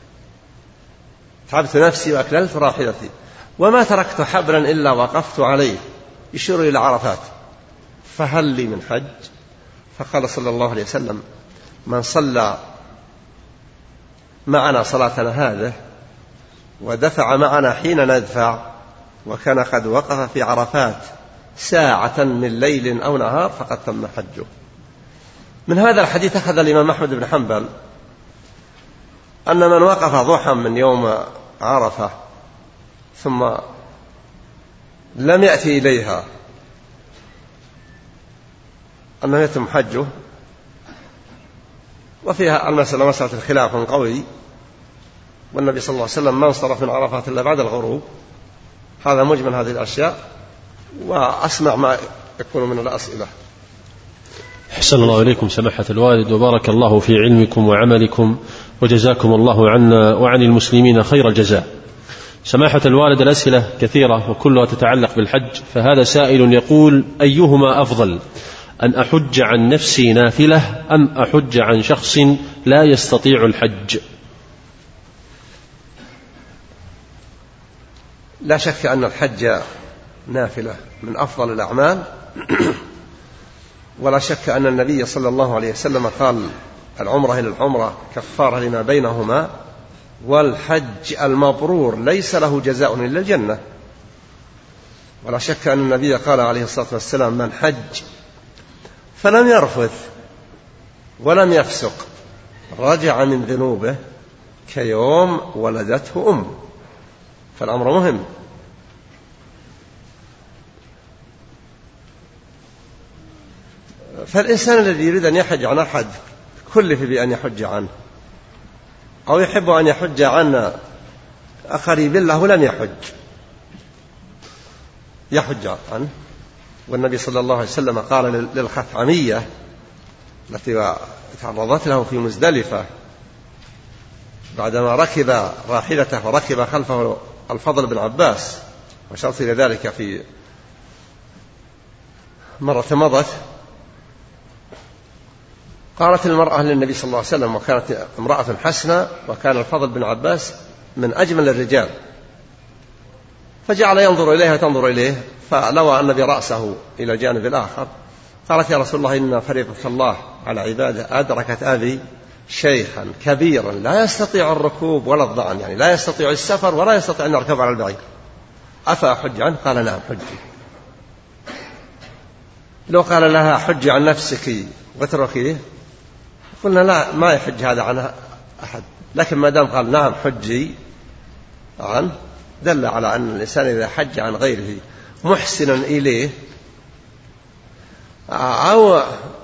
A: تعبت نفسي وأكللت راحلتي وما تركت حبلا إلا وقفت عليه، يشير إلى عرفات، فهل لي من حج؟ فقال صلى الله عليه وسلم من صلى معنا صلاتنا هذه ودفع معنا حين ندفع وكان قد وقف في عرفات ساعة من ليل أو نهار فقد تم حجه. من هذا الحديث أخذ الإمام أحمد بن حنبل أن من وقف ضحى من يوم عرفة ثم لم يأتي إليها أنه يتم حجه، وفيها المسألة مسألة الخلاف قوي، والنبي صلى الله عليه وسلم ما انصرف من عرفات إلا بعد الغروب. هذا مجمل هذه الأشياء، وأسمع ما يكون من الأسئلة.
B: أحسن الله إليكم سماحة الوالد، وبارك الله في علمكم وعملكم، وجزاكم الله عنا وعن المسلمين خير الجزاء. سماحة الوالد الأسئلة كثيرة وكلها تتعلق بالحج، فهذا سائل يقول أيهما أفضل، أن أحج عن نفسي نافلة أم أحج عن شخص لا يستطيع الحج؟
A: لا شك أن الحج نافلة من أفضل الأعمال، ولا شك أن النبي صلى الله عليه وسلم قال العمرة إلى العمرة كفارة لما بينهما، والحج المبرور ليس له جزاء إلا الجنة. ولا شك أن النبي قال عليه الصلاة والسلام من حج فلم يرفث ولم يفسق رجع من ذنوبه كيوم ولدته أم، فالأمر مهم. فالإنسان الذي يريد أن يحج عن أحد كلف بأن يحج عنه، أو يحب أن يحج عن قريب له لم يحج عنه. والنبي صلى الله عليه وسلم قال للخثعمية التي تعرضت له في مزدلفة بعدما ركب راحلته وركب خلفه الفضل بن عباس، وشرط إلى ذلك في مرة مضت، قالت المرأة للنبي صلى الله عليه وسلم، وكانت امرأة حسنة، وكان الفضل بن عباس من أجمل الرجال، فجعل ينظر إليها تنظر إليه، فلوى النبي رأسه إلى الجانب الآخر. قالت يا رسول الله إن فريضة الله على عباده أدركت أبي شيخا كبيرا لا يستطيع الركوب ولا الضعن، يعني لا يستطيع السفر ولا يستطيع أن يركب على البعير، أفأحج عنه؟ قال نعم حجي. لو قال لها حج عن نفسك واتركيه قلنا لا، ما يحج هذا عنها أحد، لكن ما دام قال نعم حجي عنه دل على أن الإنسان إذا حج عن غيره محسنا إليه أو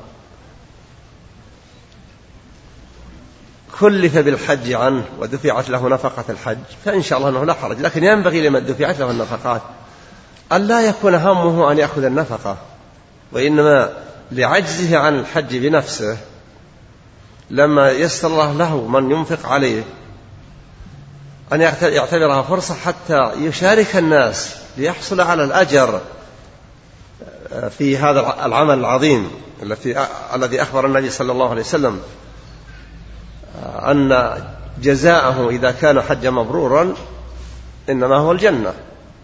A: كلف بالحج عنه ودفعت له نفقة الحج فإن شاء الله أنه لا حرج. لكن ينبغي لمن دفعت له النفقات أن لا يكون همه أن يأخذ النفقة، وإنما لعجزه عن الحج بنفسه لما يسر الله له من ينفق عليه أن يعتبرها فرصة حتى يشارك الناس ليحصل على الأجر في هذا العمل العظيم الذي أخبر النبي صلى الله عليه وسلم أن جزاءه إذا كان حج مبرورا إنما هو الجنة.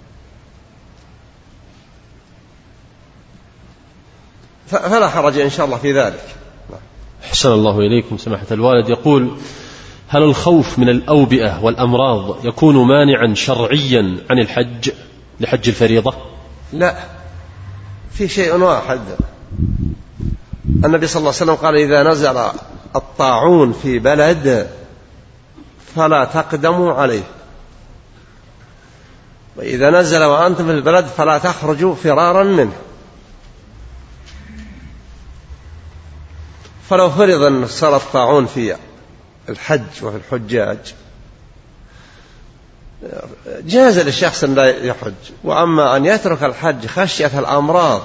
A: فلا حرج إن شاء الله في ذلك.
B: أحسن الله إليكم سماحة الوالد. يقول: هل الخوف من الأوبئة والأمراض يكون مانعا شرعيا عن الحج لحج الفريضة؟
A: لا، في شيء واحد. النبي صلى الله عليه وسلم قال: إذا نزل الطاعون في بلد فلا تقدموا عليه، وإذا نزل وأنتم في البلد فلا تخرجوا فرارا منه. فلو فرض أن صار الطاعون في الحج وفي الحجاج جاز للشخص أن لا يحج، وأما أن يترك الحج خشية الأمراض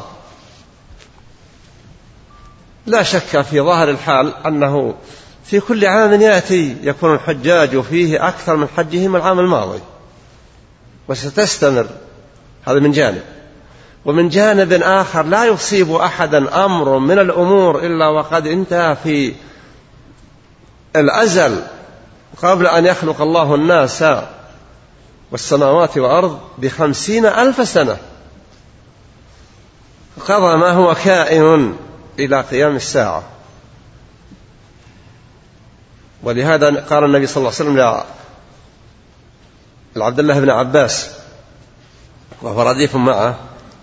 A: لا شك في ظاهر الحال أنه في كل عام يأتي يكون الحجاج فيه أكثر من حجهم العام الماضي، وستستمر. هذا من جانب. ومن جانب آخر لا يصيب أحدا أمر من الأمور إلا وقد انتهى في الأزل قبل أن يخلق الله الناس والسماوات والأرض ب50,000 سنة، قضى ما هو كائن إلى قيام الساعة. ولهذا قال النبي صلى الله عليه وسلم لعبد الله بن عباس وهو رديف معه: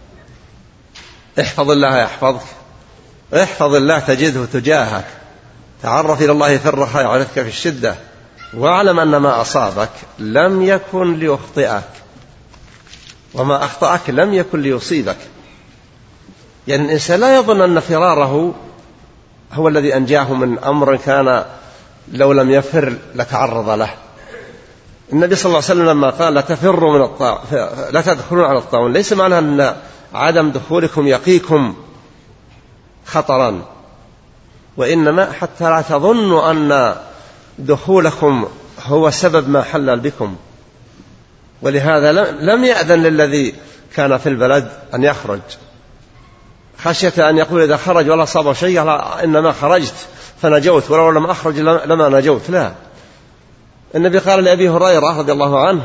A: احفظ الله يحفظك، احفظ الله تجده تجاهك، تعرف إلى الله في الرخاء يعرفك في الشدة، واعلم أن ما أصابك لم يكن ليخطئك وما أخطأك لم يكن ليصيبك. يعني الإنسان لا يظن أن فراره هو الذي أنجاه من أمر كان لو لم يفر لتعرض له. النبي صلى الله عليه وسلم لما قال: لا تدخلون على الطاعون، ليس معنى أن عدم دخولكم يقيكم خطرا، وإنما حتى لا تظنوا أن دخولكم هو سبب ما حلل بكم. ولهذا لم يأذن للذي كان في البلد أن يخرج خشية أن يقول إذا خرج ولا صاب شيء إنما خرجت فنجوت ولو لم أخرج لما نجوت. لا، النبي قال لأبي هريرة رضي الله عنه: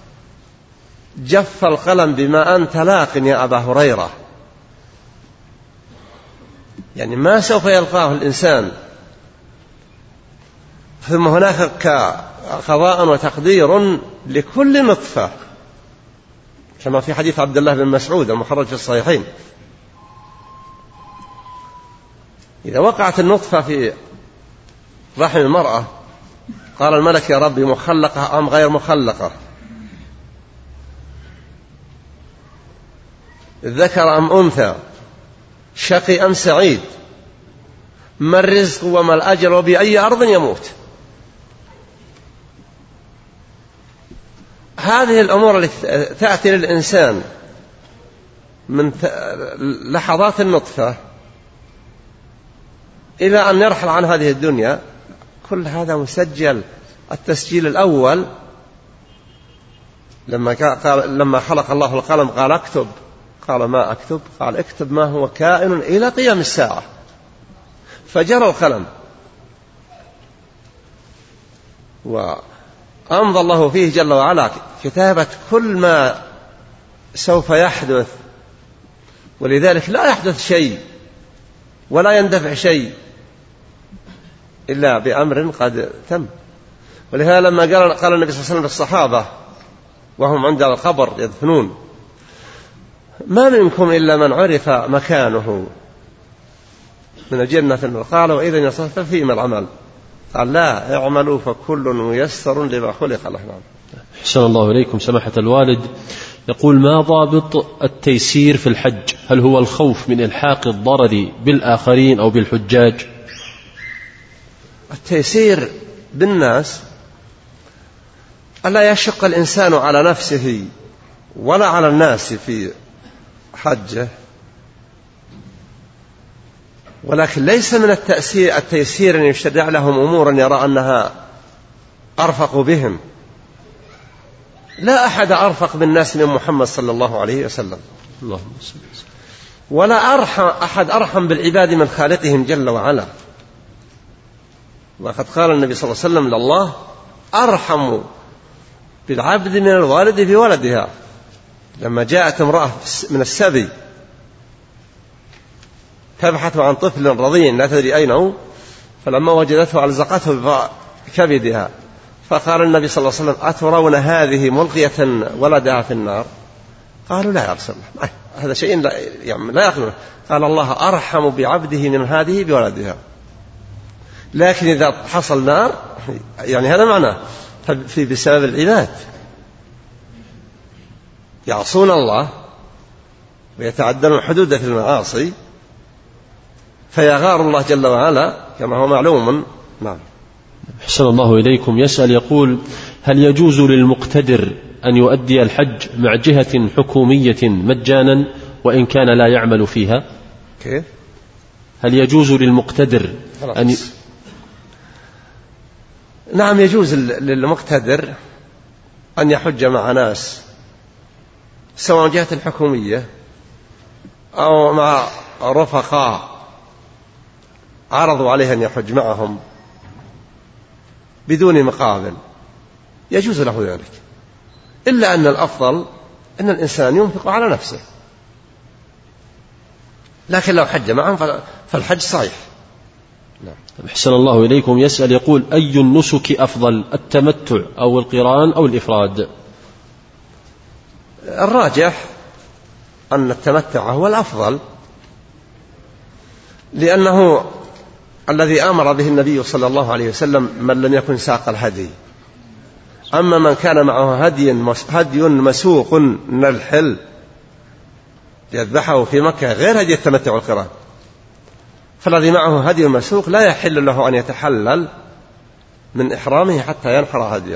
A: جف القلم بما أنت لاق يا أبا هريرة. يعني ما سوف يلقاه الإنسان. ثم هناك قضاء وتقدير لكل نطفة، كما في حديث عبد الله بن مسعود المخرج في الصحيحين: إذا وقعت النطفة في رحم المرأة قال الملك يا ربي مخلقة أم غير مخلقة؟ ذكر أم أنثى؟ شقي أم سعيد؟ ما الرزق وما الأجل وبأي أرض يموت؟ هذه الأمور التي تأتي للإنسان من لحظات النطفة إلى أن يرحل عن هذه الدنيا، كل هذا مسجل. التسجيل الأول لما خلق الله القلم قال اكتب، قال ما أكتب؟ قال اكتب ما هو كائن إلى قيام الساعة. فجرى القلم وأمضى الله فيه جل وعلا كتابة كل ما سوف يحدث، ولذلك لا يحدث شيء ولا يندفع شيء إلا بأمر قد تم. ولهذا لما قال النبي صلى الله عليه وسلم للصحابة وهم عند القبر يدفنون: ما منكم إلا من عرف مكانه من الجنة. قالوا إذا يصف فيما العمل؟ قال لا، اعملوا فكل ميسر لما خلق له.
B: أحسن الله إليكم سماحة الوالد. يقول: ما ضابط التيسير في الحج؟ هل هو الخوف من إلحاق الضرر بالآخرين أو بالحجاج؟
A: التيسير بالناس ألا يشق الإنسان على نفسه ولا على الناس في حجه، ولكن ليس من التيسير أن يشرع لهم أمورا يرى أنها أرفق بهم. لا أحد أرفق بالناس من محمد صلى الله عليه وسلم، ولا أحد أرحم بالعباد من خالقهم جل وعلا. وقد قال النبي صلى الله عليه وسلم: لله أرحم بالعبد من الوالد بولدها. لما جاءت امرأة من السبي تبحث عن طفل رضيع لا تدري أين هو، فلما وجدته ألزقته بكبدها، فقال النبي صلى الله عليه وسلم: أترون هذه ملقية ولدها في النار؟ قالوا: لا يا رسول الله، هذا شيء لا يقبل. قال: الله أرحم بعبده من هذه بولدها. لكن إذا حصل نار، يعني هذا معناه بسبب العباد يعصون الله ويتعدون الحدود في المعاصي، فيغار الله جل وعلا كما هو معلوم. نعم.
B: أحسن الله إليكم. يسأل يقول: هل يجوز للمقتدر أن يؤدي الحج مع جهة حكومية مجانا وإن كان لا يعمل فيها؟
A: كيف؟
B: هل يجوز للمقتدر أن
A: نعم، يجوز للمقتدر أن يحج مع ناس سواء جهة حكومية أو مع رفقاء عرضوا عليه أن يحج معهم بدون مقابل، يجوز له ذلك، إلا أن الأفضل أن الإنسان ينفق على نفسه. لكن لو حج معهم فالحج صحيح.
B: أحسن الله إليكم. يسأل يقول: أي النسك أفضل، التمتع أو القران أو الإفراد؟
A: الراجح أن التمتع هو الأفضل، لأنه الذي أمر به النبي صلى الله عليه وسلم من لم يكن ساق الهدي. أما من كان معه هدي مسوق من الحل يذبحه في مكة غير هدي التمتع والقران، فالذي معه هدي مسوق لا يحل له أن يتحلل من إحرامه حتى ينحر هديه.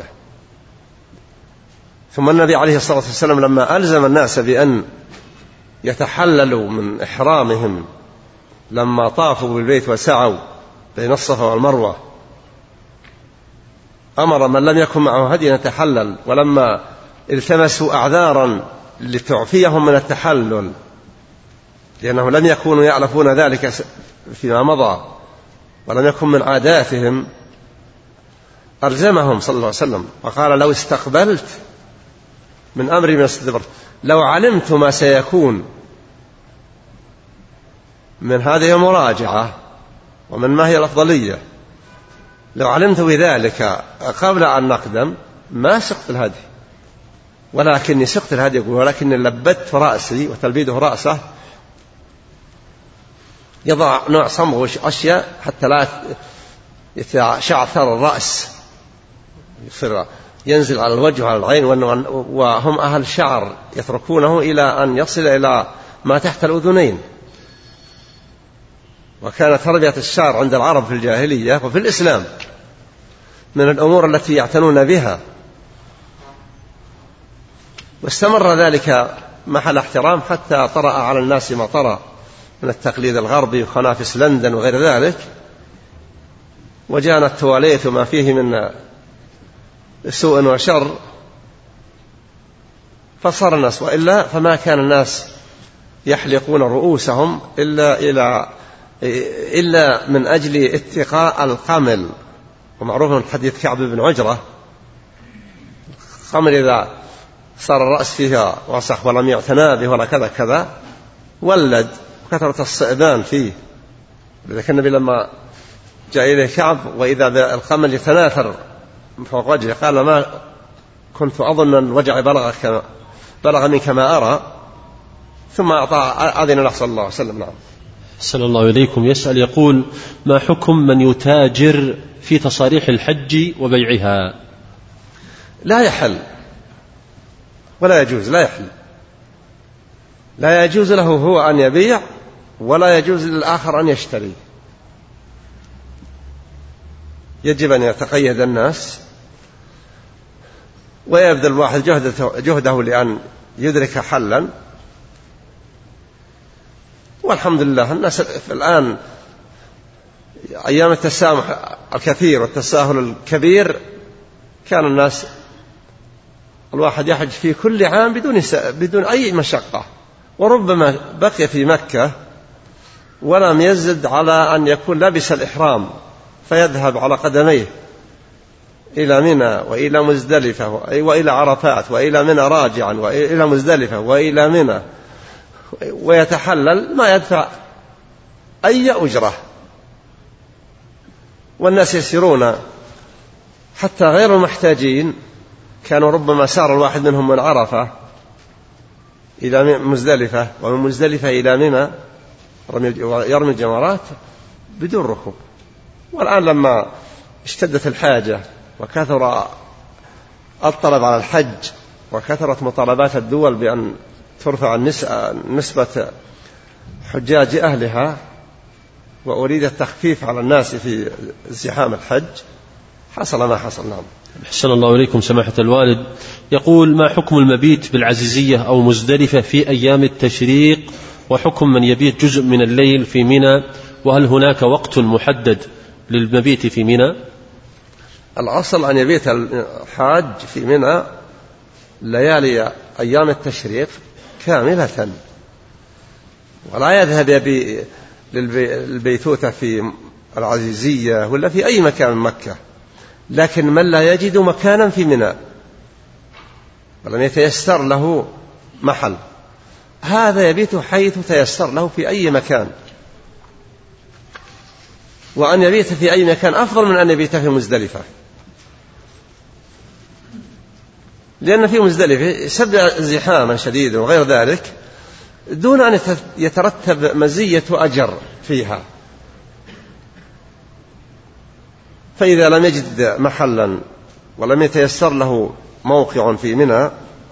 A: ثم النبي عليه الصلاة والسلام لما ألزم الناس بأن يتحللوا من إحرامهم لما طافوا بالبيت وسعوا بين الصفا والمروة، أمر من لم يكن معه هدي يتحلل، ولما التمسوا أعذارا لتعفيهم من التحلل لأنهم لم يكونوا يعرفون ذلك فيما مضى ولم يكن من عاداتهم، ألزمهم صلى الله عليه وسلم وقال: لو استقبلت من أمري ما استدبرت، لو علمت ما سيكون من هذه المراجعة ومن ما هي الأفضلية، لو علمت بذلك قبل أن نقدم ما سقت الهدي، ولكني سقت الهدي، ولكني لبدت رأسي، وتلبيده رأسه يضع نوع صمغ أشياء حتى لا يتشعثر الرأس يصير ينزل على الوجه وعلى العين، وهم أهل شعر يتركونه إلى أن يصل إلى ما تحت الأذنين. وكانت تربية الشعر عند العرب في الجاهلية وفي الإسلام من الأمور التي يعتنون بها، واستمر ذلك محل احترام حتى طرأ على الناس ما طرأ من التقليد الغربي وخنافس لندن وغير ذلك، وجاءنا التواليت وما فيه من سوء وشر، فصار الناس، وإلا فما كان الناس يحلقون رؤوسهم إلا من أجل اتقاء القمل. ومعروف من حديث كعب بن عجرة: القمل إذا صار الرأس فيها وسخ ولم يعتنى به ولا كذا كذا ولد، كثرة الصئبان فيه. لذلك النبي لما جاء إليه كعب وإذا القمل يتناثر فوق وجهه قال: ما كنت أظن أن وجع بلغ منك ما أرى، ثم أعطى أذن الله صلى الله عليه وسلم. نعم.
B: صلى الله إليكم يسأل يقول: ما حكم من يتاجر في تصاريح الحج وبيعها؟
A: لا يحل ولا يجوز، لا يحل، لا يجوز له هو أن يبيع ولا يجوز للآخر أن يشتري. يجب أن يتقيد الناس ويبذل الواحد جهده لأن يدرك حلا. والحمد لله الناس الآن أيام التسامح الكثير والتساهل الكبير، كان الناس الواحد يحج في كل عام بدون أي مشقة، وربما بقي في مكة ولم يزد على أن يكون لابس الإحرام فيذهب على قدميه إلى منى وإلى مزدلفة وإلى عرفات وإلى منى راجعا وإلى مزدلفة وإلى منى، ويتحلل ما يدفع أي أجرة. والناس يسيرون حتى غير المحتاجين، كانوا ربما سار الواحد منهم من عرفة إلى مزدلفة ومن مزدلفة إلى منى يرمي الجمرات بدون ركوب. والآن لما اشتدت الحاجة وكثر الطلب على الحج وكثرت مطالبات الدول بأن ترفع نسبة حجاج أهلها، وأريد التخفيف على الناس في ازدحام الحج، حصل ما حصل. نعم.
B: أحسن الله إليكم سماحة الوالد يقول: ما حكم المبيت بالعزيزية أو مزدلفة في أيام التشريق، وحكم من يبيت جزء من الليل في منى، وهل هناك وقت محدد للمبيت في منى؟
A: الأصل أن يبيت الحاج في منى ليالي أيام التشريق كاملة، ولا يذهب للبيتوتة في العزيزية ولا في أي مكان من مكة. لكن من لا يجد مكانا في منى ولم يتيسر له محل، هذا يبيت حيث تيسر له في أي مكان، وأن يبيت في أي مكان أفضل من أن يبيت في مزدلفة، لأن في مزدلفة يسبب زحاما شديدا وغير ذلك دون أن يترتب مزية أجر فيها. فإذا لم يجد محلا ولم يتيسر له موقع في منى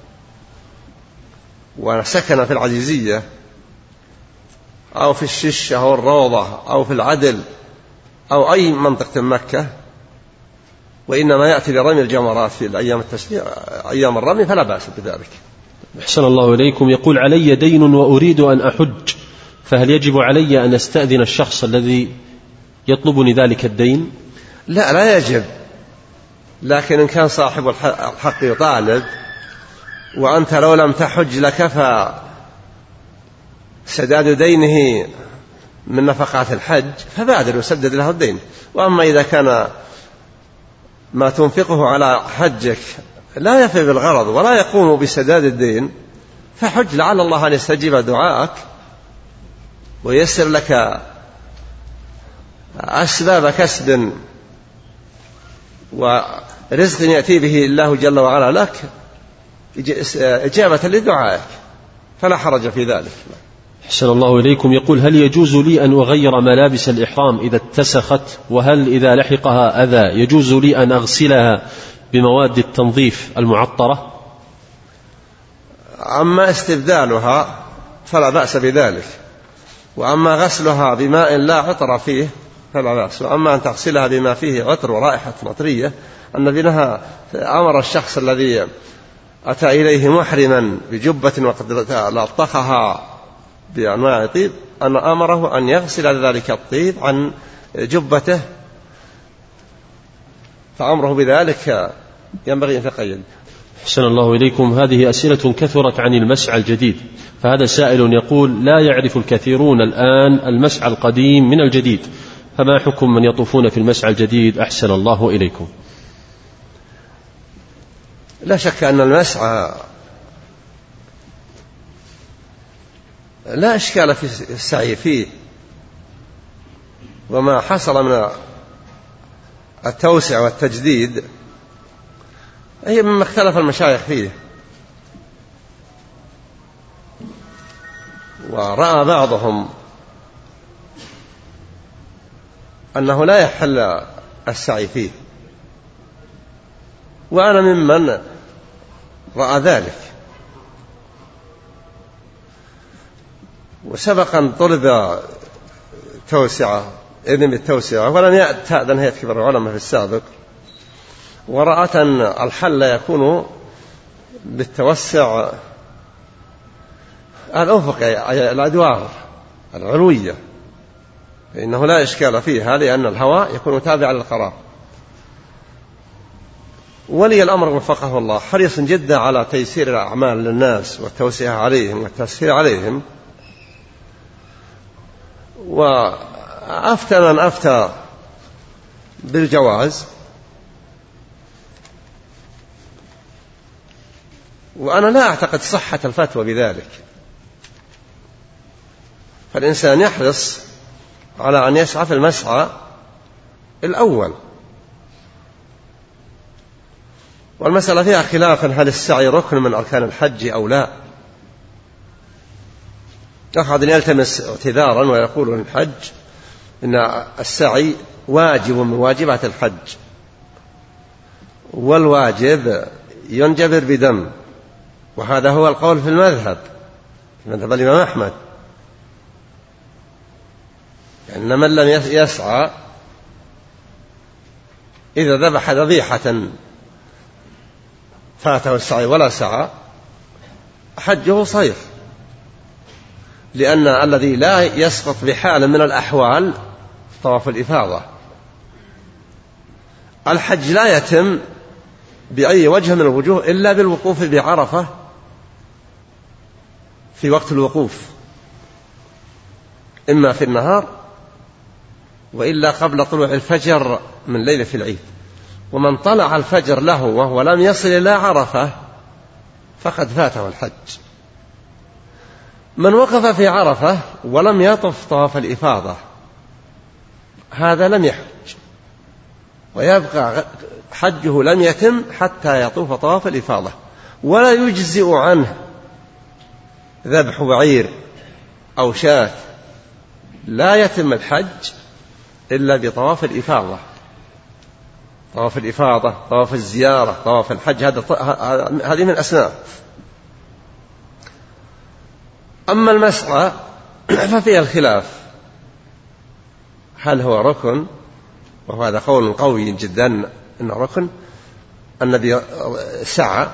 A: وسكن في العزيزية أو في الشش أو الروضة أو في العدل أو أي منطقة مكة، وإنما يأتي لرمي الجمرات في الأيام التشريق أيام الرمي، فلا بأس بذلك.
B: أحسن الله إليكم يقول: علي دين وأريد أن أحج، فهل يجب علي أن أستأذن الشخص الذي يطلبني ذلك الدين؟
A: لا يجب، لكن إن كان صاحب الحق يطالب وأنت لو لم تحج لكفى سداد دينه من نفقات الحج فبادر وسدد له الدين. وأما إذا كان ما تنفقه على حجك لا يفي بالغرض ولا يقوم بسداد الدين فحج، لعل الله أن يستجيب دعاءك ويسر لك أسباب كسب ورزق يأتي به الله جل وعلا لك إجابة لدعائك، فلا حرج في ذلك.
B: أحسن الله إليكم يقول: هل يجوز لي أن أغير ملابس الإحرام إذا اتسخت؟ وهل إذا لحقها أذى يجوز لي أن أغسلها بمواد التنظيف المعطرة؟
A: أما استبدالها فلا بأس بذلك، وأما غسلها بماء لا عطر فيه فلا بأس، وأما أن تغسلها بما فيه عطر ورائحة مطرية، النبي نهى، أمر الشخص الذي أتى إليه محرما بجبة وقد لطخها بأنواع طيب أن أمره أن يغسل ذلك الطيب عن جبته، فأمره بذلك ينبغي أن يتقيد.
B: أحسن الله إليكم. هذه أسئلة كثرت عن المسعى الجديد، فهذا سائل يقول: لا يعرف الكثيرون الآن المسعى القديم من الجديد، فما حكم من يطوفون في المسعى الجديد؟ أحسن الله إليكم.
A: لا شك أن المسعى لا إشكال في السعي فيه، وما حصل من التوسع والتجديد هي مما اختلف المشايخ فيه، ورأى بعضهم أنه لا يحل السعي فيه، وأنا ممن رأى ذلك. وسبق أن طلب توسعة إذن بالتوسعة ولم يأتأذن هيئة كبار العلماء في السابق، ورأت أن الحل يكون بالتوسع الأفق الأدوار العلوية، فإنه لا إشكال فيها لأن الهواء يكون تابعا للقرار. ولي الأمر وفقه الله حريص جدا على تيسير الأعمال للناس والتوسعة عليهم والتسهيل عليهم، وأفتى من أفتى بالجواز، وأنا لا أعتقد صحة الفتوى بذلك، فالإنسان يحرص على أن يسعى في المسعى الأول. والمسألة فيها خلافا هل السعي ركن من أركان الحج أو لا. أحد يلتمس اعتذارا ويقول الحج إن السعي واجب من واجبات الحج، والواجب ينجبر بدم، وهذا هو القول في المذهب الإمام أحمد، أن من لم يسعى إذا ذبح ذبيحة فاته السعي ولا سعى حجه صحيح، لأن الذي لا يسقط بحال من الأحوال طواف الإفاضة. الحج لا يتم بأي وجه من الوجوه إلا بالوقوف بعرفة في وقت الوقوف، إما في النهار وإلا قبل طلوع الفجر من ليلة العيد. ومن طلع الفجر له وهو لم يصل إلى عرفة فقد فاته الحج. من وقف في عرفة ولم يطف طواف الإفاضة هذا لم يحج، ويبقى حجه لم يتم حتى يطوف طواف الإفاضة، ولا يجزئ عنه ذبح بعير أو شاة، لا يتم الحج إلا بطواف الإفاضة. طواف الإفاضة، طواف الزيارة، طواف الحج، هذه من أسماء. أما المسعى ففيها الخلاف هل هو ركن، وهو هذا قول قوي جدا إنه ركن. النبي سعى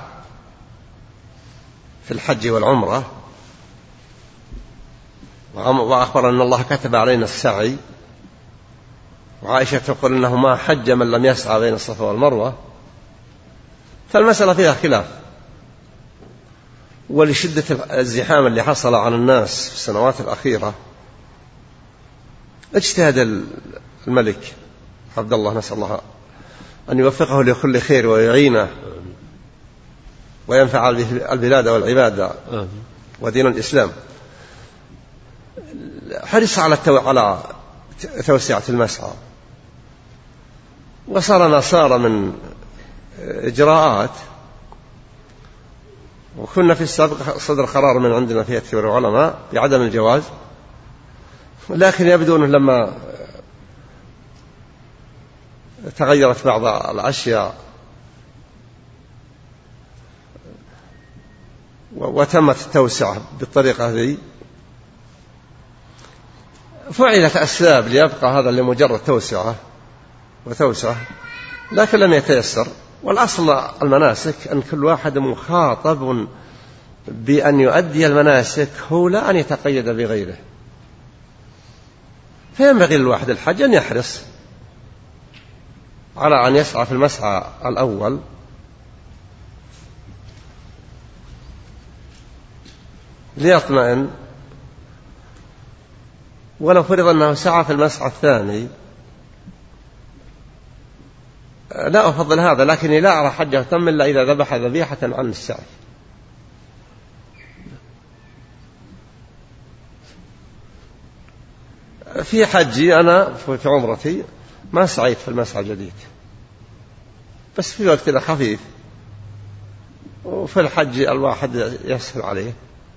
A: في الحج والعمرة، وأخبر أن الله كتب علينا السعي، وعائشة تقول إنه ما حج من لم يسعى بين الصفا والمروة. فالمسألة فيها خلاف، ولشدة الزحام اللي حصل على الناس في السنوات الأخيرة اجتهد الملك عبد الله، نسأل الله أن يوفقه لكل خير ويعينه وينفع البلاد والعباد ودين الإسلام، حرص على توسعة المسعى، وصار ما صار من إجراءات. وكنا في السابق صدر قرار من عندنا في هيئة كبار العلماء بعدم الجواز، لكن يبدو أنه لما تغيرت بعض الأشياء وتمت التوسعة بالطريقة هذه. فعلت أسباب ليبقى هذا لمجرد توسعة وتوسعة، لكن لم يتيسر. والأصل المناسك أن كل واحد مخاطب بأن يؤدي المناسك هو، لا أن يتقيد بغيره. فينبغي للواحد الحج أن يحرص على أن يسعى في المسعى الأول، ليطمئن. ولو فرض أنه سعى في المسعى الثاني لا أفضل هذا، لكني لا أرى حجه تم إلا إذا ذبح ذبيحة عن السعي. في حجي أنا في عمرتي ما سعيت في المسعى الجديد، بس في وقت خفيف، وفي الحج الواحد يسهل عليه.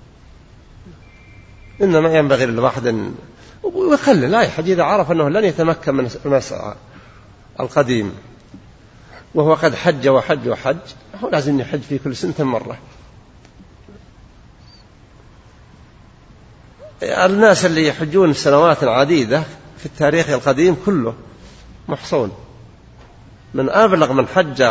A: إنما ينبغي للواحد ويخلي لا يحج إذا عرف أنه لن يتمكن من المسعى القديم وهو قد حج وحج وحج، هو لازم يحج في كل سنة مرة. الناس اللي يحجون سنوات عديدة في التاريخ القديم كله محصون. من أبلغ من حج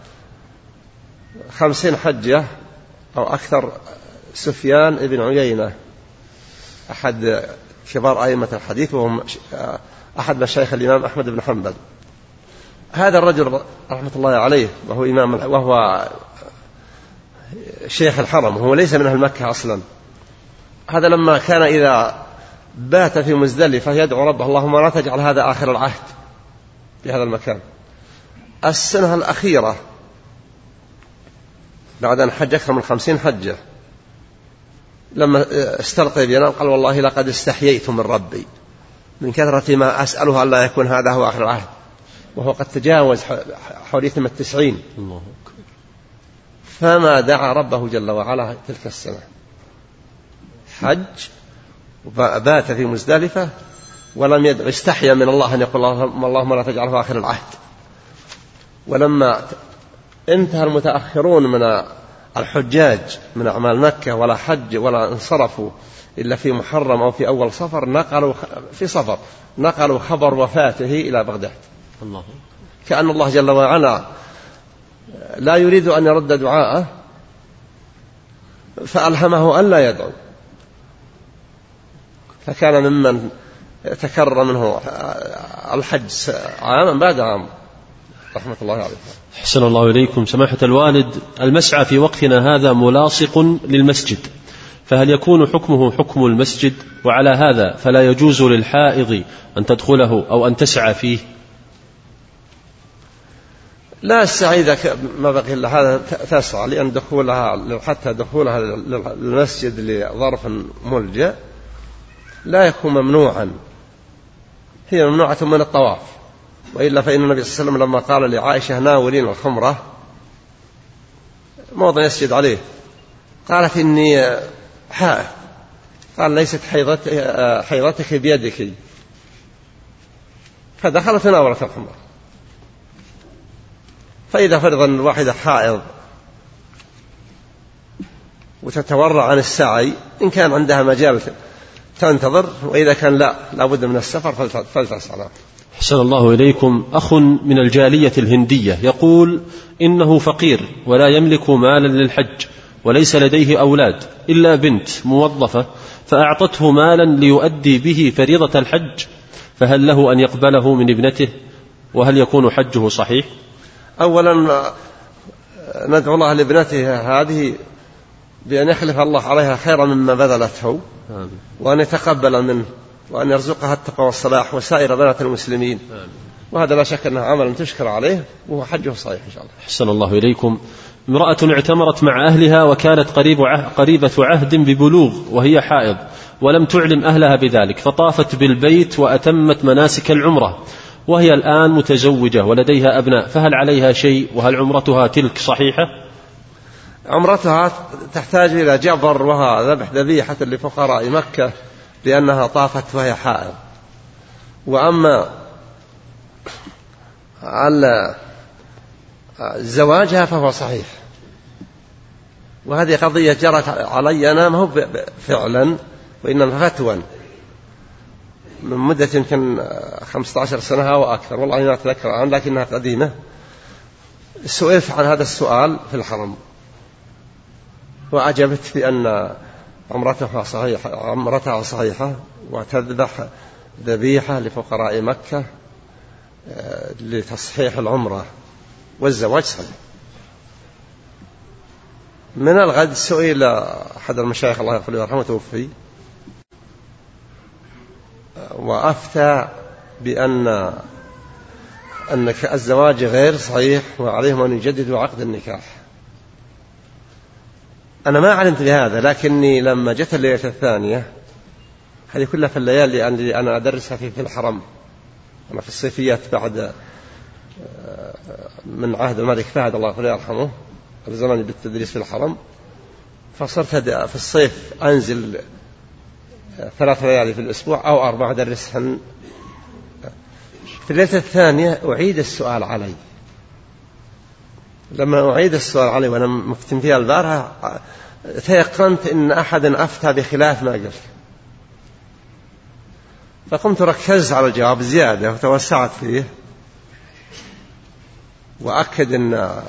A: 50 حجة أو أكثر سفيان ابن عيينة، أحد كبار أئمة الحديث، وهم أحد مشايخ الإمام أحمد بن حنبل. هذا الرجل رحمة الله عليه وهو شيخ الحرم، وهو ليس من أهل مكة أصلا. هذا لما كان إذا بات في مزدلفة يدعو ربه: اللهم لا تجعل هذا آخر العهد في هذا المكان. السنة الأخيرة بعد أن حج أكثر من 50 حجة، لما استلقي بينام قال: والله لقد استحييت من ربي من كثرة ما أسأله أن لا يكون هذا هو آخر العهد، وهو قد تجاوز حوالي 90. فما دعا ربه جل وعلا تلك السنة، حج وبات في مزدلفة ولم يدع، استحيا من الله أن يقول: اللهم لا تجعله آخر العهد. ولما انتهى المتأخرون من الحجاج من أعمال مكة ولا حج ولا انصرفوا إلا في محرم أو في أول صفر، نقلوا خبر وفاته إلى بغداد. الله. كأن الله جل وعلا لا يريد أن يرد دعاءه فألهمه أن لا يدعو، فكان ممن تكرر منه الحج عاما بعد عام رحمة الله عليه.
B: أحسن الله إليكم سماحة الوالد. المسعى في وقتنا هذا ملاصق للمسجد، فهل يكون حكمه حكم المسجد؟ وعلى هذا فلا يجوز للحائض أن تدخله أو أن تسعى فيه؟
A: لا، السعي ما بقي إلا هذا تسعى، لأن حتى دخولها للمسجد لظرف ملجأ لا يكون ممنوعا، هي ممنوعة من الطواف. وإلا فإن النبي صلى الله عليه وسلم لما قال لعائشة: ناولين الخمرة، موضع يسجد عليه، قالت: إني حائض. قال: ليست حيضتك بيدك، فدخلت تناولت الخمرة. فإذا فرض أن الواحدة حائض وتتورع عن السعي، إن كان عندها مجال تنتظر، وإذا كان لا بد من السفر فلتسعى.
B: أحسن الله إليكم. أخ من الجالية الهندية يقول إنه فقير ولا يملك مالا للحج، وليس لديه أولاد إلا بنت موظفة، فأعطته مالا ليؤدي به فريضة الحج، فهل له أن يقبله من ابنته؟ وهل يكون حجه صحيح؟
A: أولا ندعو الله لابنته هذه بأن يخلف الله عليها خيرا مما بذلته، وأن يتقبل منه، وأن يرزقها التقوى والصلاح وسائر بنات المسلمين. وهذا لا شك أنه عمل تشكر عليه، وهو حجه صحيح إن شاء الله.
B: أحسن الله إليكم. امرأة اعتمرت مع أهلها وكانت قريبة عهد ببلوغ وهي حائض، ولم تعلم أهلها بذلك، فطافت بالبيت وأتمت مناسك العمرة، وهي الآن متزوجة ولديها أبناء، فهل عليها شيء؟ وهل عمرتها تلك صحيحة؟
A: عمرتها تحتاج إلى جبر وذبح ذبيحة لفقراء مكة لأنها طافت وهي حائض. وأما على زواجها فهو صحيح، وهذه قضية جرت علي أنا، ما هو فعلا وإنما فتوى من مدة يمكن 15 سنة أو أكثر، والله ما أتذكر الآن لكنها قديمة. سئلت عن هذا السؤال في الحرم وأجبت بأن عمرتها صحيحة وتذبح ذبيحة لفقراء مكة لتصحيح العمرة والزواج صحيح. من الغد سئل أحد المشايخ الله يغفر له ويرحمه توفي، وأفتى بأن الزواج غير صحيح وعليهم أن يجددوا عقد النكاح. أنا ما علمت بهذا، لكني لما جت الليلة الثانية، هذه كلها في الليالي اللي أنا أدرسها في الحرم، أنا في الصيفيات بعد من عهد الملك فهد الله يرحمه الزمن بالتدريس في الحرم، فصرت في الصيف أنزل 3 ليالي في الأسبوع أو 4 أدرسهن. في الليلة الثانية أعيد السؤال علي. لما أعيد السؤال علي وأنا مفتن فيها البارحة تيقنت إن أحدا أفتى بخلاف ما قلت، فقمت ركزت على الجواب زيادة وتوسعت فيه، وأكد أن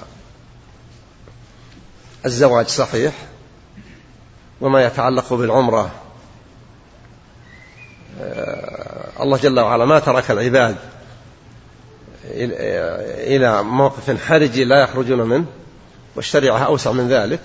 A: الزواج صحيح وما يتعلق بالعمرة الله جل وعلا ما ترك العباد إلى موقف حرج لا يخرجون منه، والشريعة أوسع من ذلك.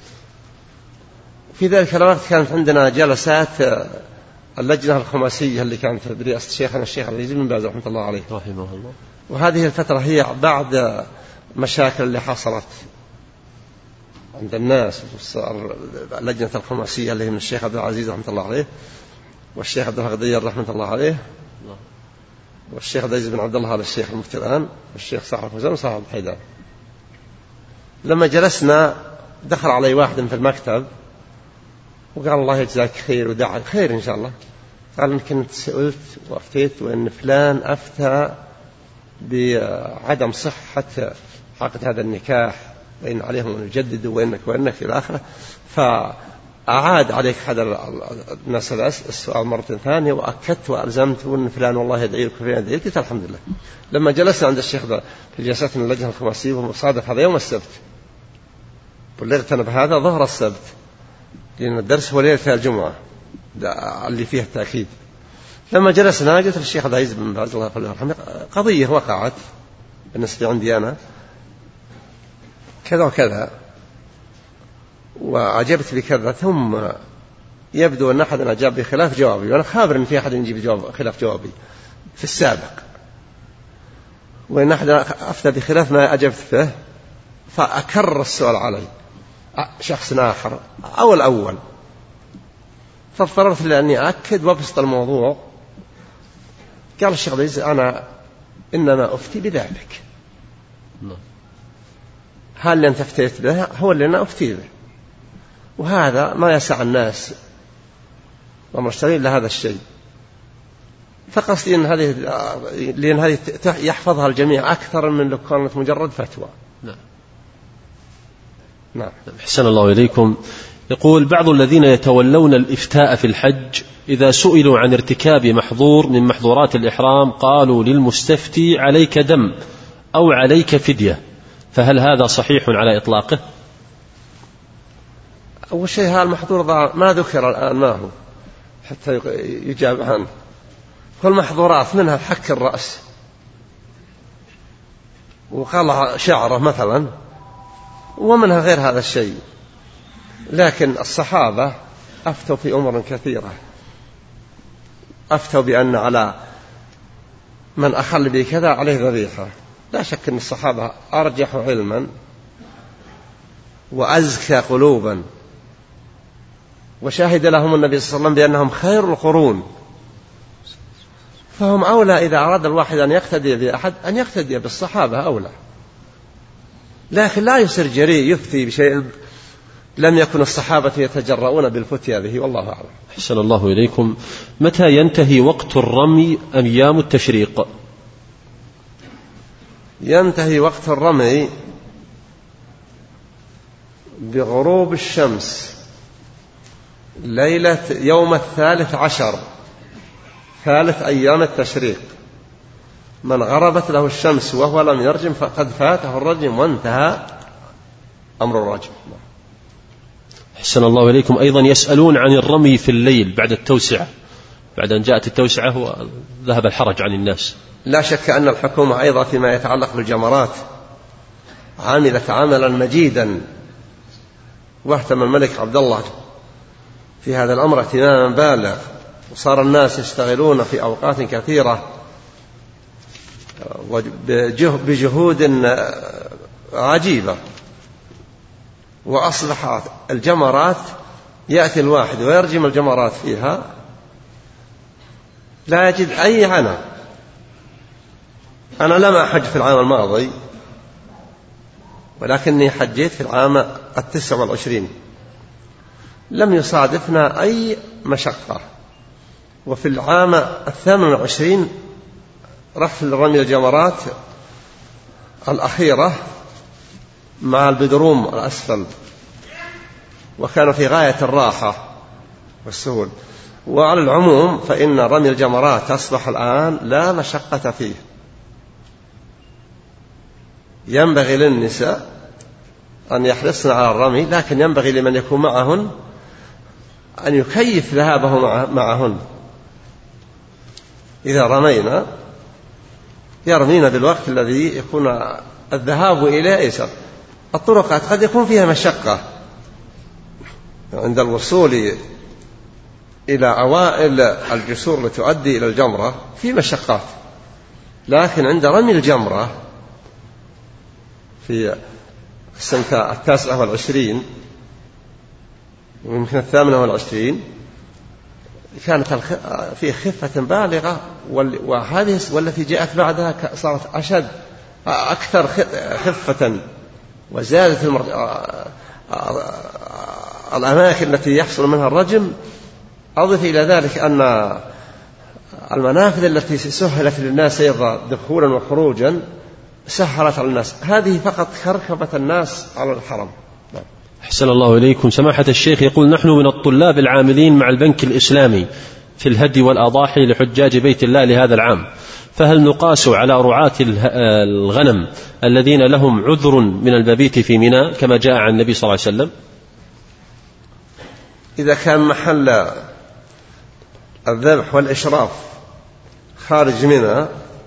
A: في ذلك الوقت كانت عندنا جلسات اللجنة الخماسية اللي كانت برئاسة شيخنا الشيخ عبد العزيز بن باز رحمة الله عليه
B: رحمه الله،
A: وهذه الفترة هي بعد مشاكل اللي حصلت عند الناس. اللجنة الخماسية اللي من الشيخ عبد العزيز رحمة الله عليه والشيخ عبد الغدير رحمة الله عليه والشيخ عبد العزيز بن عبد الله الشيخ المفتي الآن والشيخ صاحب الفوزان وصاحب الحيدان. لما جلسنا دخل علي واحد في المكتب وقال الله يجزاك خير ودعا خير إن شاء الله. قال إن كنت سئلت وأفتيت وإن فلان أفتى بعدم صحة عقد هذا النكاح وإن عليهم أن يجددوا وإنك إلى آخره، فأعاد عليك هذا الناس السؤال مرة ثانية وأكدت وألزمت وإن فلان والله يدعي لك وفلان يدعي لك. الحمد لله. لما جلسنا عند الشيخ في جلسات من اللجنة الخماسية ومصادف هذا يوم السبت، بلغت أنا بهذا ظهر السبت لأن الدرس هو ليلة الجمعة اللي فيها التأكيد. لما جلسنا قلت للشيخ عبد العزيز بن باز الله يرحمه قضية وقعت بالنسبة عندي أنا كذا وكذا وأجبت بكذا، ثم يبدو أن أحد أجاب بخلاف جوابي، وأنا خابر أن في أحد يجيب خلاف جوابي في السابق، وأن أحد أفتى بخلاف ما أجبت به، فأكرر السؤال علي شخص آخر أو الأول، فاضطررت لأني أأكد وابسط الموضوع. قال الشيخ عبد العزيز أنا إنما أفتي بذلك، هل اللي أنت افتيت به هو اللي أنا أفتي به، وهذا ما يسع الناس ومشتغلين لهذا الشيء. فقصدي أن هذه يحفظها الجميع أكثر من لو كانت مجرد فتوى. نعم.
B: أحسن الله إليكم. يقول بعض الذين يتولون الإفتاء في الحج إذا سئلوا عن ارتكاب محظور من محظورات الإحرام قالوا للمستفتي عليك دم أو عليك فدية، فهل هذا صحيح على إطلاقه؟
A: أول شيء هذا المحظور ما ذكر الآن ما هو حتى يجاب عنه. كل محظورات منها حك الرأس وقال شعره مثلا، ومنها غير هذا الشيء. لكن الصحابة أفتوا في أمور كثيرة، أفتوا بأن على من أخل بكذا عليه ذبيحة. لا شك أن الصحابة أرجح علما وأزكى قلوبا، وشاهد لهم النبي صلى الله عليه وسلم بأنهم خير القرون، فهم أولى إذا أراد الواحد أن يقتدي بأحد أن يقتدي بالصحابة أولى. لكن لا يصير جريء يفتي بشيء لم يكن الصحابة يتجرؤون بالفتيا به، والله أعلم.
B: أحسن الله إليكم. متى ينتهي وقت الرمي أيام التشريق؟
A: ينتهي وقت الرمي بغروب الشمس ليلة يوم 13 ثالث أيام التشريق، من غربت له الشمس وهو لم يرجم فقد فاته الرجم وانتهى أمر الرجم.
B: أحسن الله إليكم. أيضا يسألون عن الرمي في الليل بعد التوسعة، بعد أن جاءت التوسعة وذهب الحرج عن الناس.
A: لا شك أن الحكومة أيضا فيما يتعلق بالجمرات عملت عملا مجيدا، واهتم الملك عبد الله في هذا الأمر اهتماما بالغ، وصار الناس يشتغلون في أوقات كثيرة بجهود عجيبة، وأصبحت الجمرات يأتي الواحد ويرجم الجمرات فيها لا يجد أي عنى. أنا لم أحج في العام الماضي، ولكني حجيت في العام 29، لم يصادفنا أي مشقة. وفي العام 28 رحل رمي الجمرات الأخيرة مع البدروم الأسفل، وكان في غاية الراحة والسهول. وعلى العموم فإن رمي الجمرات أصبح الآن لا مشقة فيه. ينبغي للنساء أن يحرصن على الرمي، لكن ينبغي لمن يكون معهن أن يكيف ذهابه معهن. إذا رمينا يرمين بالوقت الذي يكون الذهاب إليه أيسر. الطرقات قد يكون فيها مشقة عند الوصول إلى أوائل الجسور التي تؤدي إلى الجمرة، في مشقات، لكن عند رمي الجمرة في السنة 29 ويمكن 28 كانت في خفة بالغة، وهذه والتي جاءت بعدها صارت أكثر خفة، وزادت الأماكن التي يحصل منها الرجم. أضف إلى ذلك أن المنافذ التي سهلت للناس أيضا دخولا وخروجا سهلت على الناس، هذه فقط كركبة الناس على الحرم.
B: أحسن الله إليكم. سماحة الشيخ يقول: نحن من الطلاب العاملين مع البنك الإسلامي في الهدي والأضاحي لحجاج بيت الله لهذا العام، فهل نقاس على رعاة الغنم الذين لهم عذر من المبيت في منى كما جاء عن النبي صلى الله عليه وسلم؟
A: إذا كان محل الذبح والإشراف خارج منى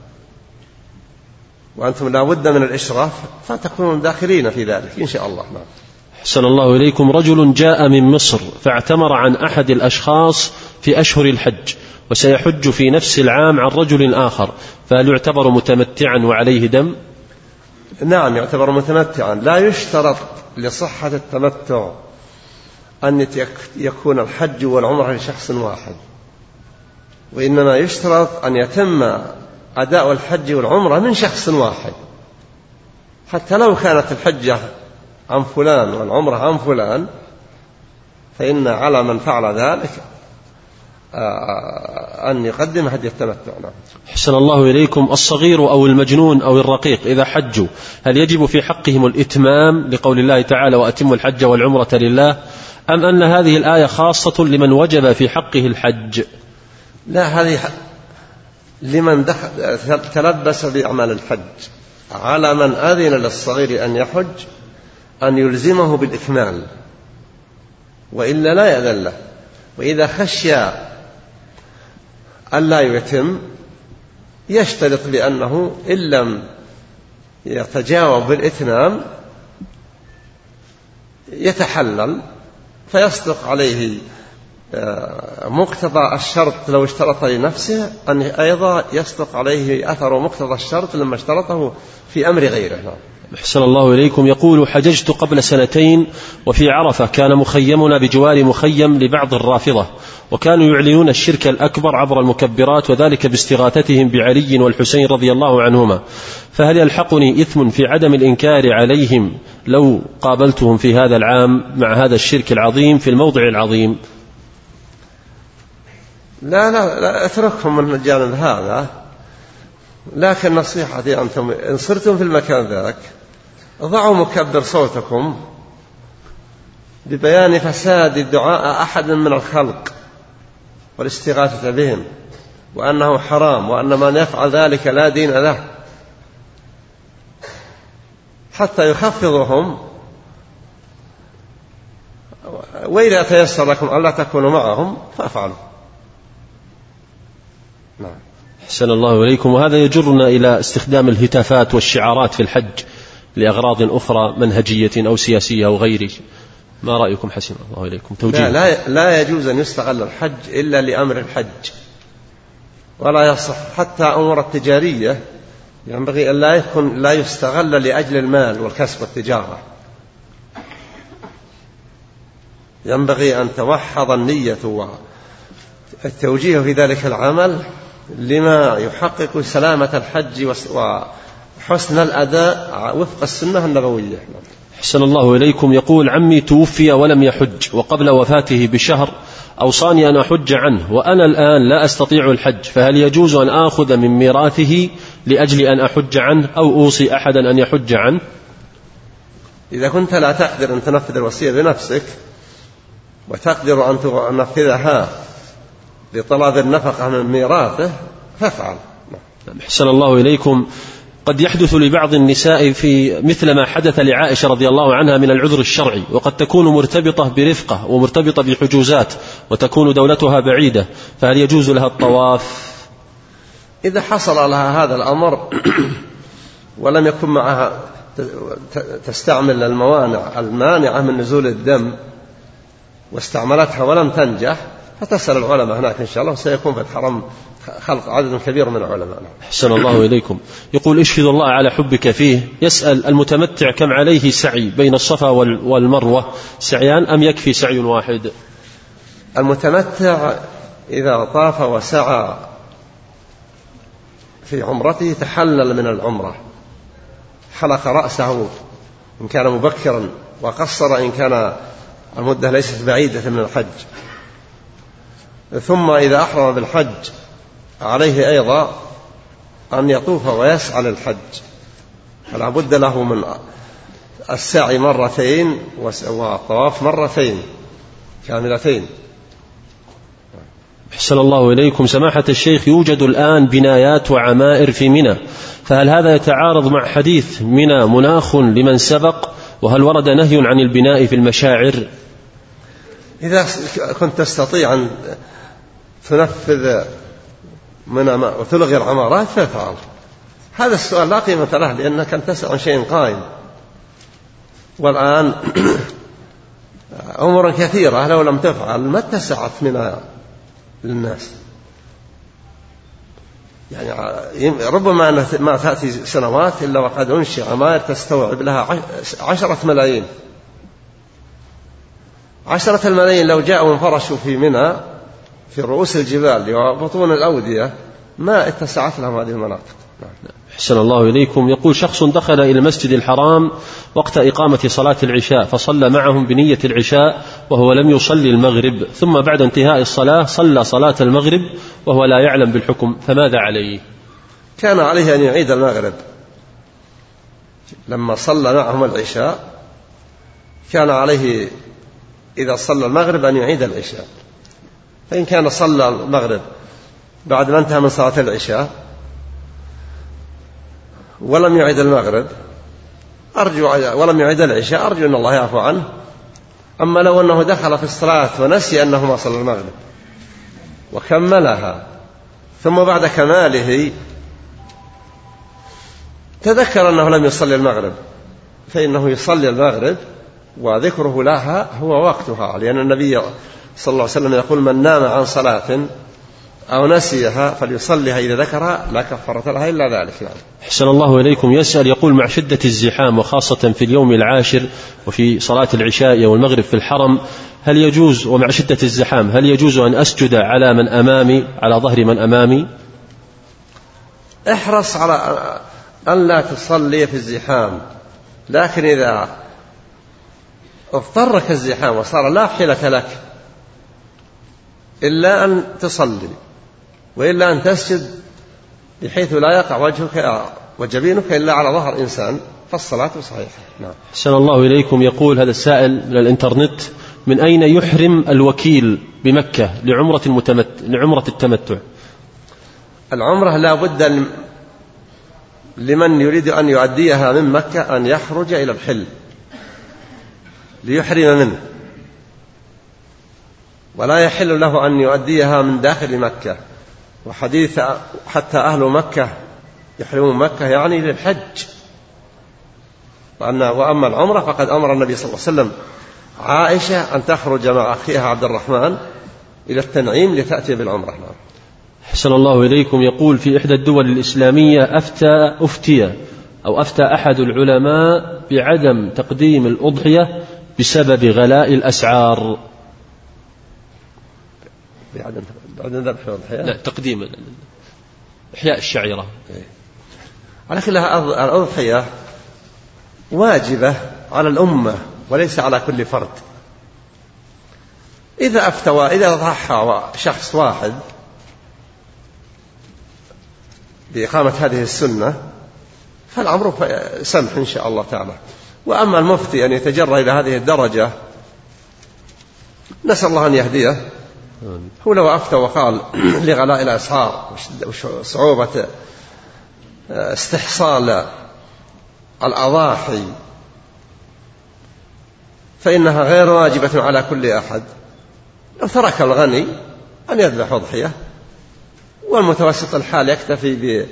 A: وأنتم لا بد من الإشراف فتكونون داخلين في ذلك إن شاء الله.
B: أحسن الله إليكم. رجل جاء من مصر فاعتمر عن أحد الأشخاص في أشهر الحج، وسيحج في نفس العام عن رجل آخر، فهل يعتبر متمتعا وعليه دم؟
A: نعم، يعتبر متمتعا. لا يشترط لصحة التمتع أن يكون الحج والعمرة لشخص واحد، وإنما يشترط أن يتم أداء الحج والعمرة من شخص واحد، حتى لو كانت الحجة عن فلان والعمرة عن فلان، فإن على من فعل ذلك أن يقدم هدي التمتع.
B: أحسن الله إليكم. الصغير أو المجنون أو الرقيق إذا حجوا هل يجب في حقهم الإتمام لقول الله تعالى: وأتموا الحج والعمرة لله، أم أن هذه الآية خاصة لمن وجب في حقه الحج؟
A: لا، هذه لمن تلبس بأعمال الحج. على من أذن للصغير أن يحج أن يلزمه بالإكمال، وإلا لا يأذن له. وإذا خشي ألا يتم يشترط بأنه إن لم يتجاوب بالإتمام يتحلل، فيصدق عليه مقتضى الشرط لو اشترط لنفسه، أن أيضا يصدق عليه أثر مقتضى الشرط لما اشترطه في أمر غيره.
B: أحسن الله إليكم. يقول: حججت قبل 2 وفي عرفة كان مخيمنا بجوار مخيم لبعض الرافضة، وكانوا يعلنون الشرك الأكبر عبر المكبرات، وذلك باستغاثتهم بعلي والحسين رضي الله عنهما، فهل يلحقني إثم في عدم الإنكار عليهم لو قابلتهم في هذا العام مع هذا الشرك العظيم في الموضع العظيم؟
A: لا اتركهم من الجانب هذا، لكن نصيحتي أنتم إن صرتم في المكان ذاك ضعوا مكبر صوتكم ببيان فساد الدعاء أحد من الخلق والاستغاثة بهم، وأنه حرام، وأن من يفعل ذلك لا دين له، حتى يخفضهم. وإذا تيسر لكم ألا تكونوا معهم فافعلوا.
B: نعم. أحسن الله إليكم. وهذا يجرنا إلى استخدام الهتافات والشعارات في الحج لأغراض أخرى منهجية أو سياسية أو غيره، ما رأيكم؟ حسن الله إليكم. توجيه.
A: لا يجوز أن يستغل الحج إلا لأمر الحج، ولا يصح حتى أمور التجارية ينبغي أن لا يستغل لأجل المال والكسب والتجارة. ينبغي أن توحد النية والتوجيه في ذلك العمل لما يحقق سلامة الحج وحسن الأداء وفق السنة النبوية.
B: أحسن الله إليكم. يقول: عمي توفي ولم يحج، وقبل وفاته بشهر أوصاني أن أحج عنه، وأنا الآن لا أستطيع الحج، فهل يجوز أن آخذ من ميراثه لأجل أن أحج عنه، أو أوصي أحدا أن يحج عنه؟
A: إذا كنت لا تقدر أن تنفذ الوصية بنفسك وتقدر أن تنفذها لطلب النفقة من ميراثه فافعل.
B: أحسن الله إليكم. قد يحدث لبعض النساء في مثل ما حدث لعائشة رضي الله عنها من العذر الشرعي، وقد تكون مرتبطة برفقة ومرتبطة بحجوزات وتكون دولتها بعيدة، فهل يجوز لها الطواف؟
A: إذا حصل لها هذا الأمر ولم يكن معها تستعمل الموانع المانعة من نزول الدم واستعملتها ولم تنجح، فتسأل العلماء هناك إن شاء الله، وسيكون في الحرم خلق عدد كبير من العلماء.
B: أحسن الله إليكم. يقول: اشهد الله على حبك فيه. يسأل: المتمتع كم عليه سعي بين الصفا والمروة، سعيان أم يكفي سعي واحد؟
A: المتمتع إذا طاف وسعى في عمرته تحلل من العمرة، حلق رأسه إن كان مبكرا، وقصر إن كان المدة ليست بعيدة من الحج. ثم إذا أحرم بالحج عليه أيضا أن يطوف ويسعى للحج، فلا بد له من السعي مرتين والطواف مرتين كاملتين.
B: أحسن الله إليكم. سماحة الشيخ، يوجد الآن بنايات وعمائر في منى، فهل هذا يتعارض مع حديث منى مناخ لمن سبق؟ وهل ورد نهي عن البناء في المشاعر؟
A: إذا كنت تستطيع أن تنفذ منى وتلغي العمارات فافعل. هذا السؤال لا قيمة له، لأنك أن تسأل عن شيء قائم. والآن أمور كثيرة لو لم تفعل ما اتسعت منى للناس. يعني ربما ما تأتي سنوات إلا وقد أنشئ عمائر تستوعب لها 10 ملايين. 10 الملايين لو جاءوا وانفرشوا في منى في رؤوس الجبال وبطون الأودية ما اتسعت لهم هذه المناطق.
B: أحسن الله إليكم. يقول: شخص دخل إلى المسجد الحرام وقت إقامة صلاة العشاء، فصلى معهم بنية العشاء وهو لم يصلي المغرب، ثم بعد انتهاء الصلاة صلى صلاة المغرب وهو لا يعلم بالحكم، فماذا عليه؟
A: كان عليه أن يعيد المغرب. لما صلى معهم العشاء كان عليه إذا صلى المغرب أن يعيد العشاء. فإن كان صلى المغرب بعد ما انتهى من صلاة العشاء ولم يعيد المغرب ولم يعيد العشاء، أرجو أن الله يعفو عنه. أما لو أنه دخل في الصلاة ونسي أنه ما صلى المغرب وكملها، ثم بعد كماله تذكر أنه لم يصلي المغرب، فإنه يصلي المغرب وذكره لها هو وقتها، لأن النبي صلى الله عليه وسلم يقول: من نام عن صلاة أو نسيها فليصليها إذا ذكرها لا كفارة لها إلا ذلك. يعني.
B: أحسن الله إليكم. يسأل: يقول: مع شدة الزحام وخاصة في اليوم العاشر وفي صلاة العشاء والمغرب في الحرم، هل يجوز، ومع شدة الزحام، هل يجوز أن أسجد على من أمامي، على ظهر من أمامي؟
A: احرص على أن لا تصلي في الزحام، لكن إذا اضطرك الزحام وصار لا حيلة لك إلا أن تصلي، وإلا أن تسجد بحيث لا يقع وجهك وجبينك إلا على ظهر إنسان، فالصلاة صحيحة. نعم.
B: أحسن الله إليكم. يقول هذا السائل من الإنترنت: من أين يحرم الوكيل بمكة لعمرة التمتع؟
A: العمرة لا بد لمن يريد أن يؤديها من مكة أن يخرج إلى الحل ليحرم منه، ولا يحل له أن يؤديها من داخل مكة. وحديث حتى أهل مكة يحرمون مكة يعني للحج. وأما العمرة فقد أمر النبي صلى الله عليه وسلم عائشة أن تخرج مع أخيها عبد الرحمن إلى التنعيم لتأتي بالعمرة.
B: أحسن الله إليكم. يقول: في إحدى الدول الإسلامية أفتى أحد العلماء بعدم تقديم الأضحية بسبب غلاء الأسعار.
A: بعدم ذبح الأضحية؟
B: لا، تقديم إحياء الشعيرة.
A: على كل الأضحية واجبة على الأمة وليس على كل فرد. إذا ضحى شخص واحد بإقامة هذه السنة فالأمر سمح إن شاء الله تعالى. وأما المفتي أن يتجرأ إلى هذه الدرجة نسأل الله أن يهديه. هو لو أفتى وقال لغلاء الأسعار وصعوبة استحصال الأضاحي فإنها غير واجبة على كل أحد، لو ترك الغني أن يذبح أضحية، والمتوسط الحال يكتفي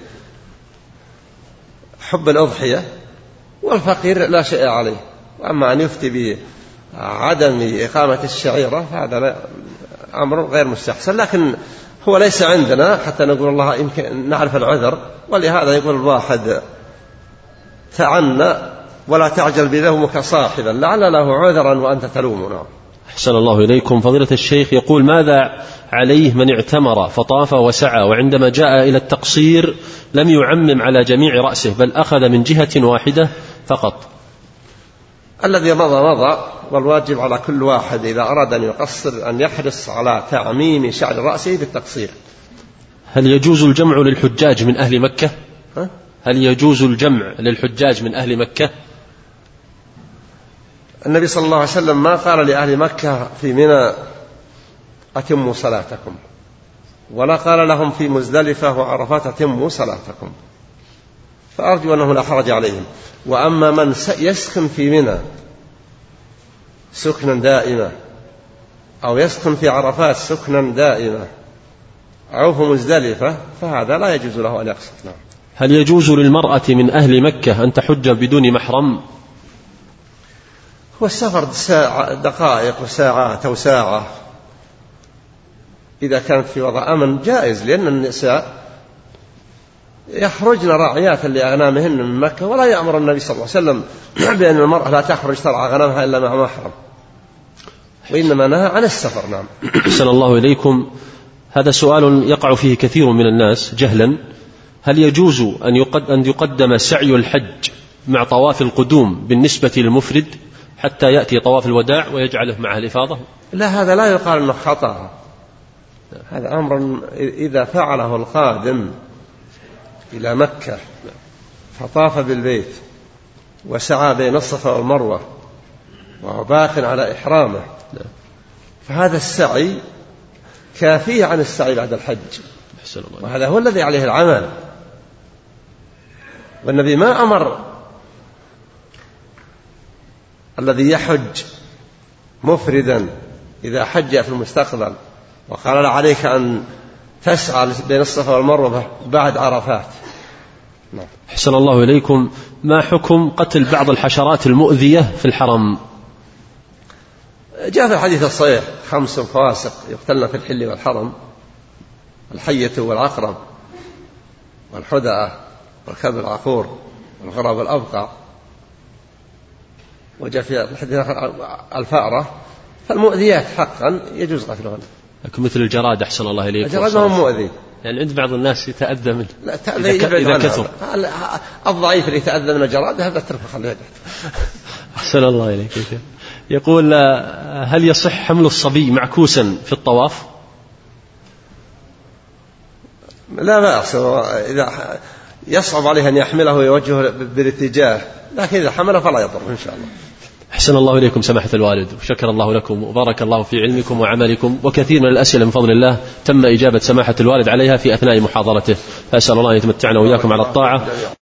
A: بحب الأضحية، والفقير لا شيء عليه. وأما أن يفتي بعدم إقامة الشعيرة هذا أمر غير مستحسن. لكن هو ليس عندنا حتى نقول الله يمكن نعرف العذر، ولهذا يقول الواحد: تعنى ولا تعجل بذمك صاحبا لعل له عذرا وأنت تلومنا.
B: أحسن الله إليكم. فضيلة الشيخ يقول: ماذا عليه من اعتمر فطاف وسعى وعندما جاء إلى التقصير لم يعمم على جميع رأسه بل أخذ من جهة واحدة فقط؟
A: الذي مضى، والواجب على كل واحد إذا أراد أن يقصر أن يحرص على تعميم شعر رأسه بالتقصير.
B: هل يجوز الجمع للحجاج من أهل مكة؟ هل يجوز الجمع للحجاج من أهل مكة؟
A: النبي صلى الله عليه وسلم ما قال لأهل مكة في منى أتموا صلاتكم، ولا قال لهم في مزدلفة وعرفات أتموا صلاتكم، فأرجو أنه لا حرج عليهم. وأما من يسكن في منى سكنا دائما، أو يسكن في عرفات سكنا دائما، أو في مزدلفة، فهذا لا يجوز له أن يقصد.
B: هل يجوز للمرأة من أهل مكة أن تحج بدون محرم؟
A: هو السفر دقائق وساعات أو ساعة إذا كانت في وضع أمن جائز، لأن النساء يخرجن راعيات لأغنامهن من مكة، ولا يأمر النبي صلى الله عليه وسلم بأن المرأة لا تخرج ترعى غنمها إلا مع محرم، وإنما نهى عن السفر. نعم.
B: أحسن الله إليكم. هذا سؤال يقع فيه كثير من الناس جهلا: هل يجوز أن يقدم سعي الحج مع طواف القدوم بالنسبة للمفرد حتى يأتي طواف الوداع ويجعله معه الإفاضة؟
A: لا، هذا لا يقال أنه خطأ. هذا أمر إذا فعله القادم إلى مكة فطاف بالبيت وسعى بين الصفا والمروة وهو باق على إحرامه، فهذا السعي كافيه عن السعي بعد الحج، وهذا هو الذي عليه العمل. والنبي ما أمر الذي يحج مفردا إذا حج في المستقبل وقال لا عليك أن تسعى بين الصفا والمروة بعد عرفات.
B: أحسن الله إليكم. ما حكم قتل بعض الحشرات المؤذية في الحرم؟
A: جاء في الحديث الصحيح 5 فواسق يقتلن في الحل والحرم: الحية والعقرب والحدأة والكلب العقور والغراب الأبقع. وجاء في الحديث الفأرة. فالمؤذيات حقا يجوز قتلهن.
B: لكن مثل الجراد أحسن الله إليكم،
A: الجراد ما هو مؤذي،
B: يعني عند بعض الناس يتأذى منه.
A: لا إذا كثر. الضعيف اللي يتأذى من الجراد هذا ترفع خليه.
B: أحسن الله إليك. يقول: هل يصح حمل الصبي معكوسا في الطواف؟
A: لا بأس يصعب عليه أن يحمله ويوجهه بالاتجاه، لكن إذا حمله فلا يضر إن شاء الله.
B: أحسن الله إليكم سماحة الوالد، وشكر الله لكم وبارك الله في علمكم وعملكم. وكثير من الأسئلة من فضل الله تم إجابة سماحة الوالد عليها في أثناء محاضرته، فأسأل الله أن يتمتعنا وإياكم على الطاعة.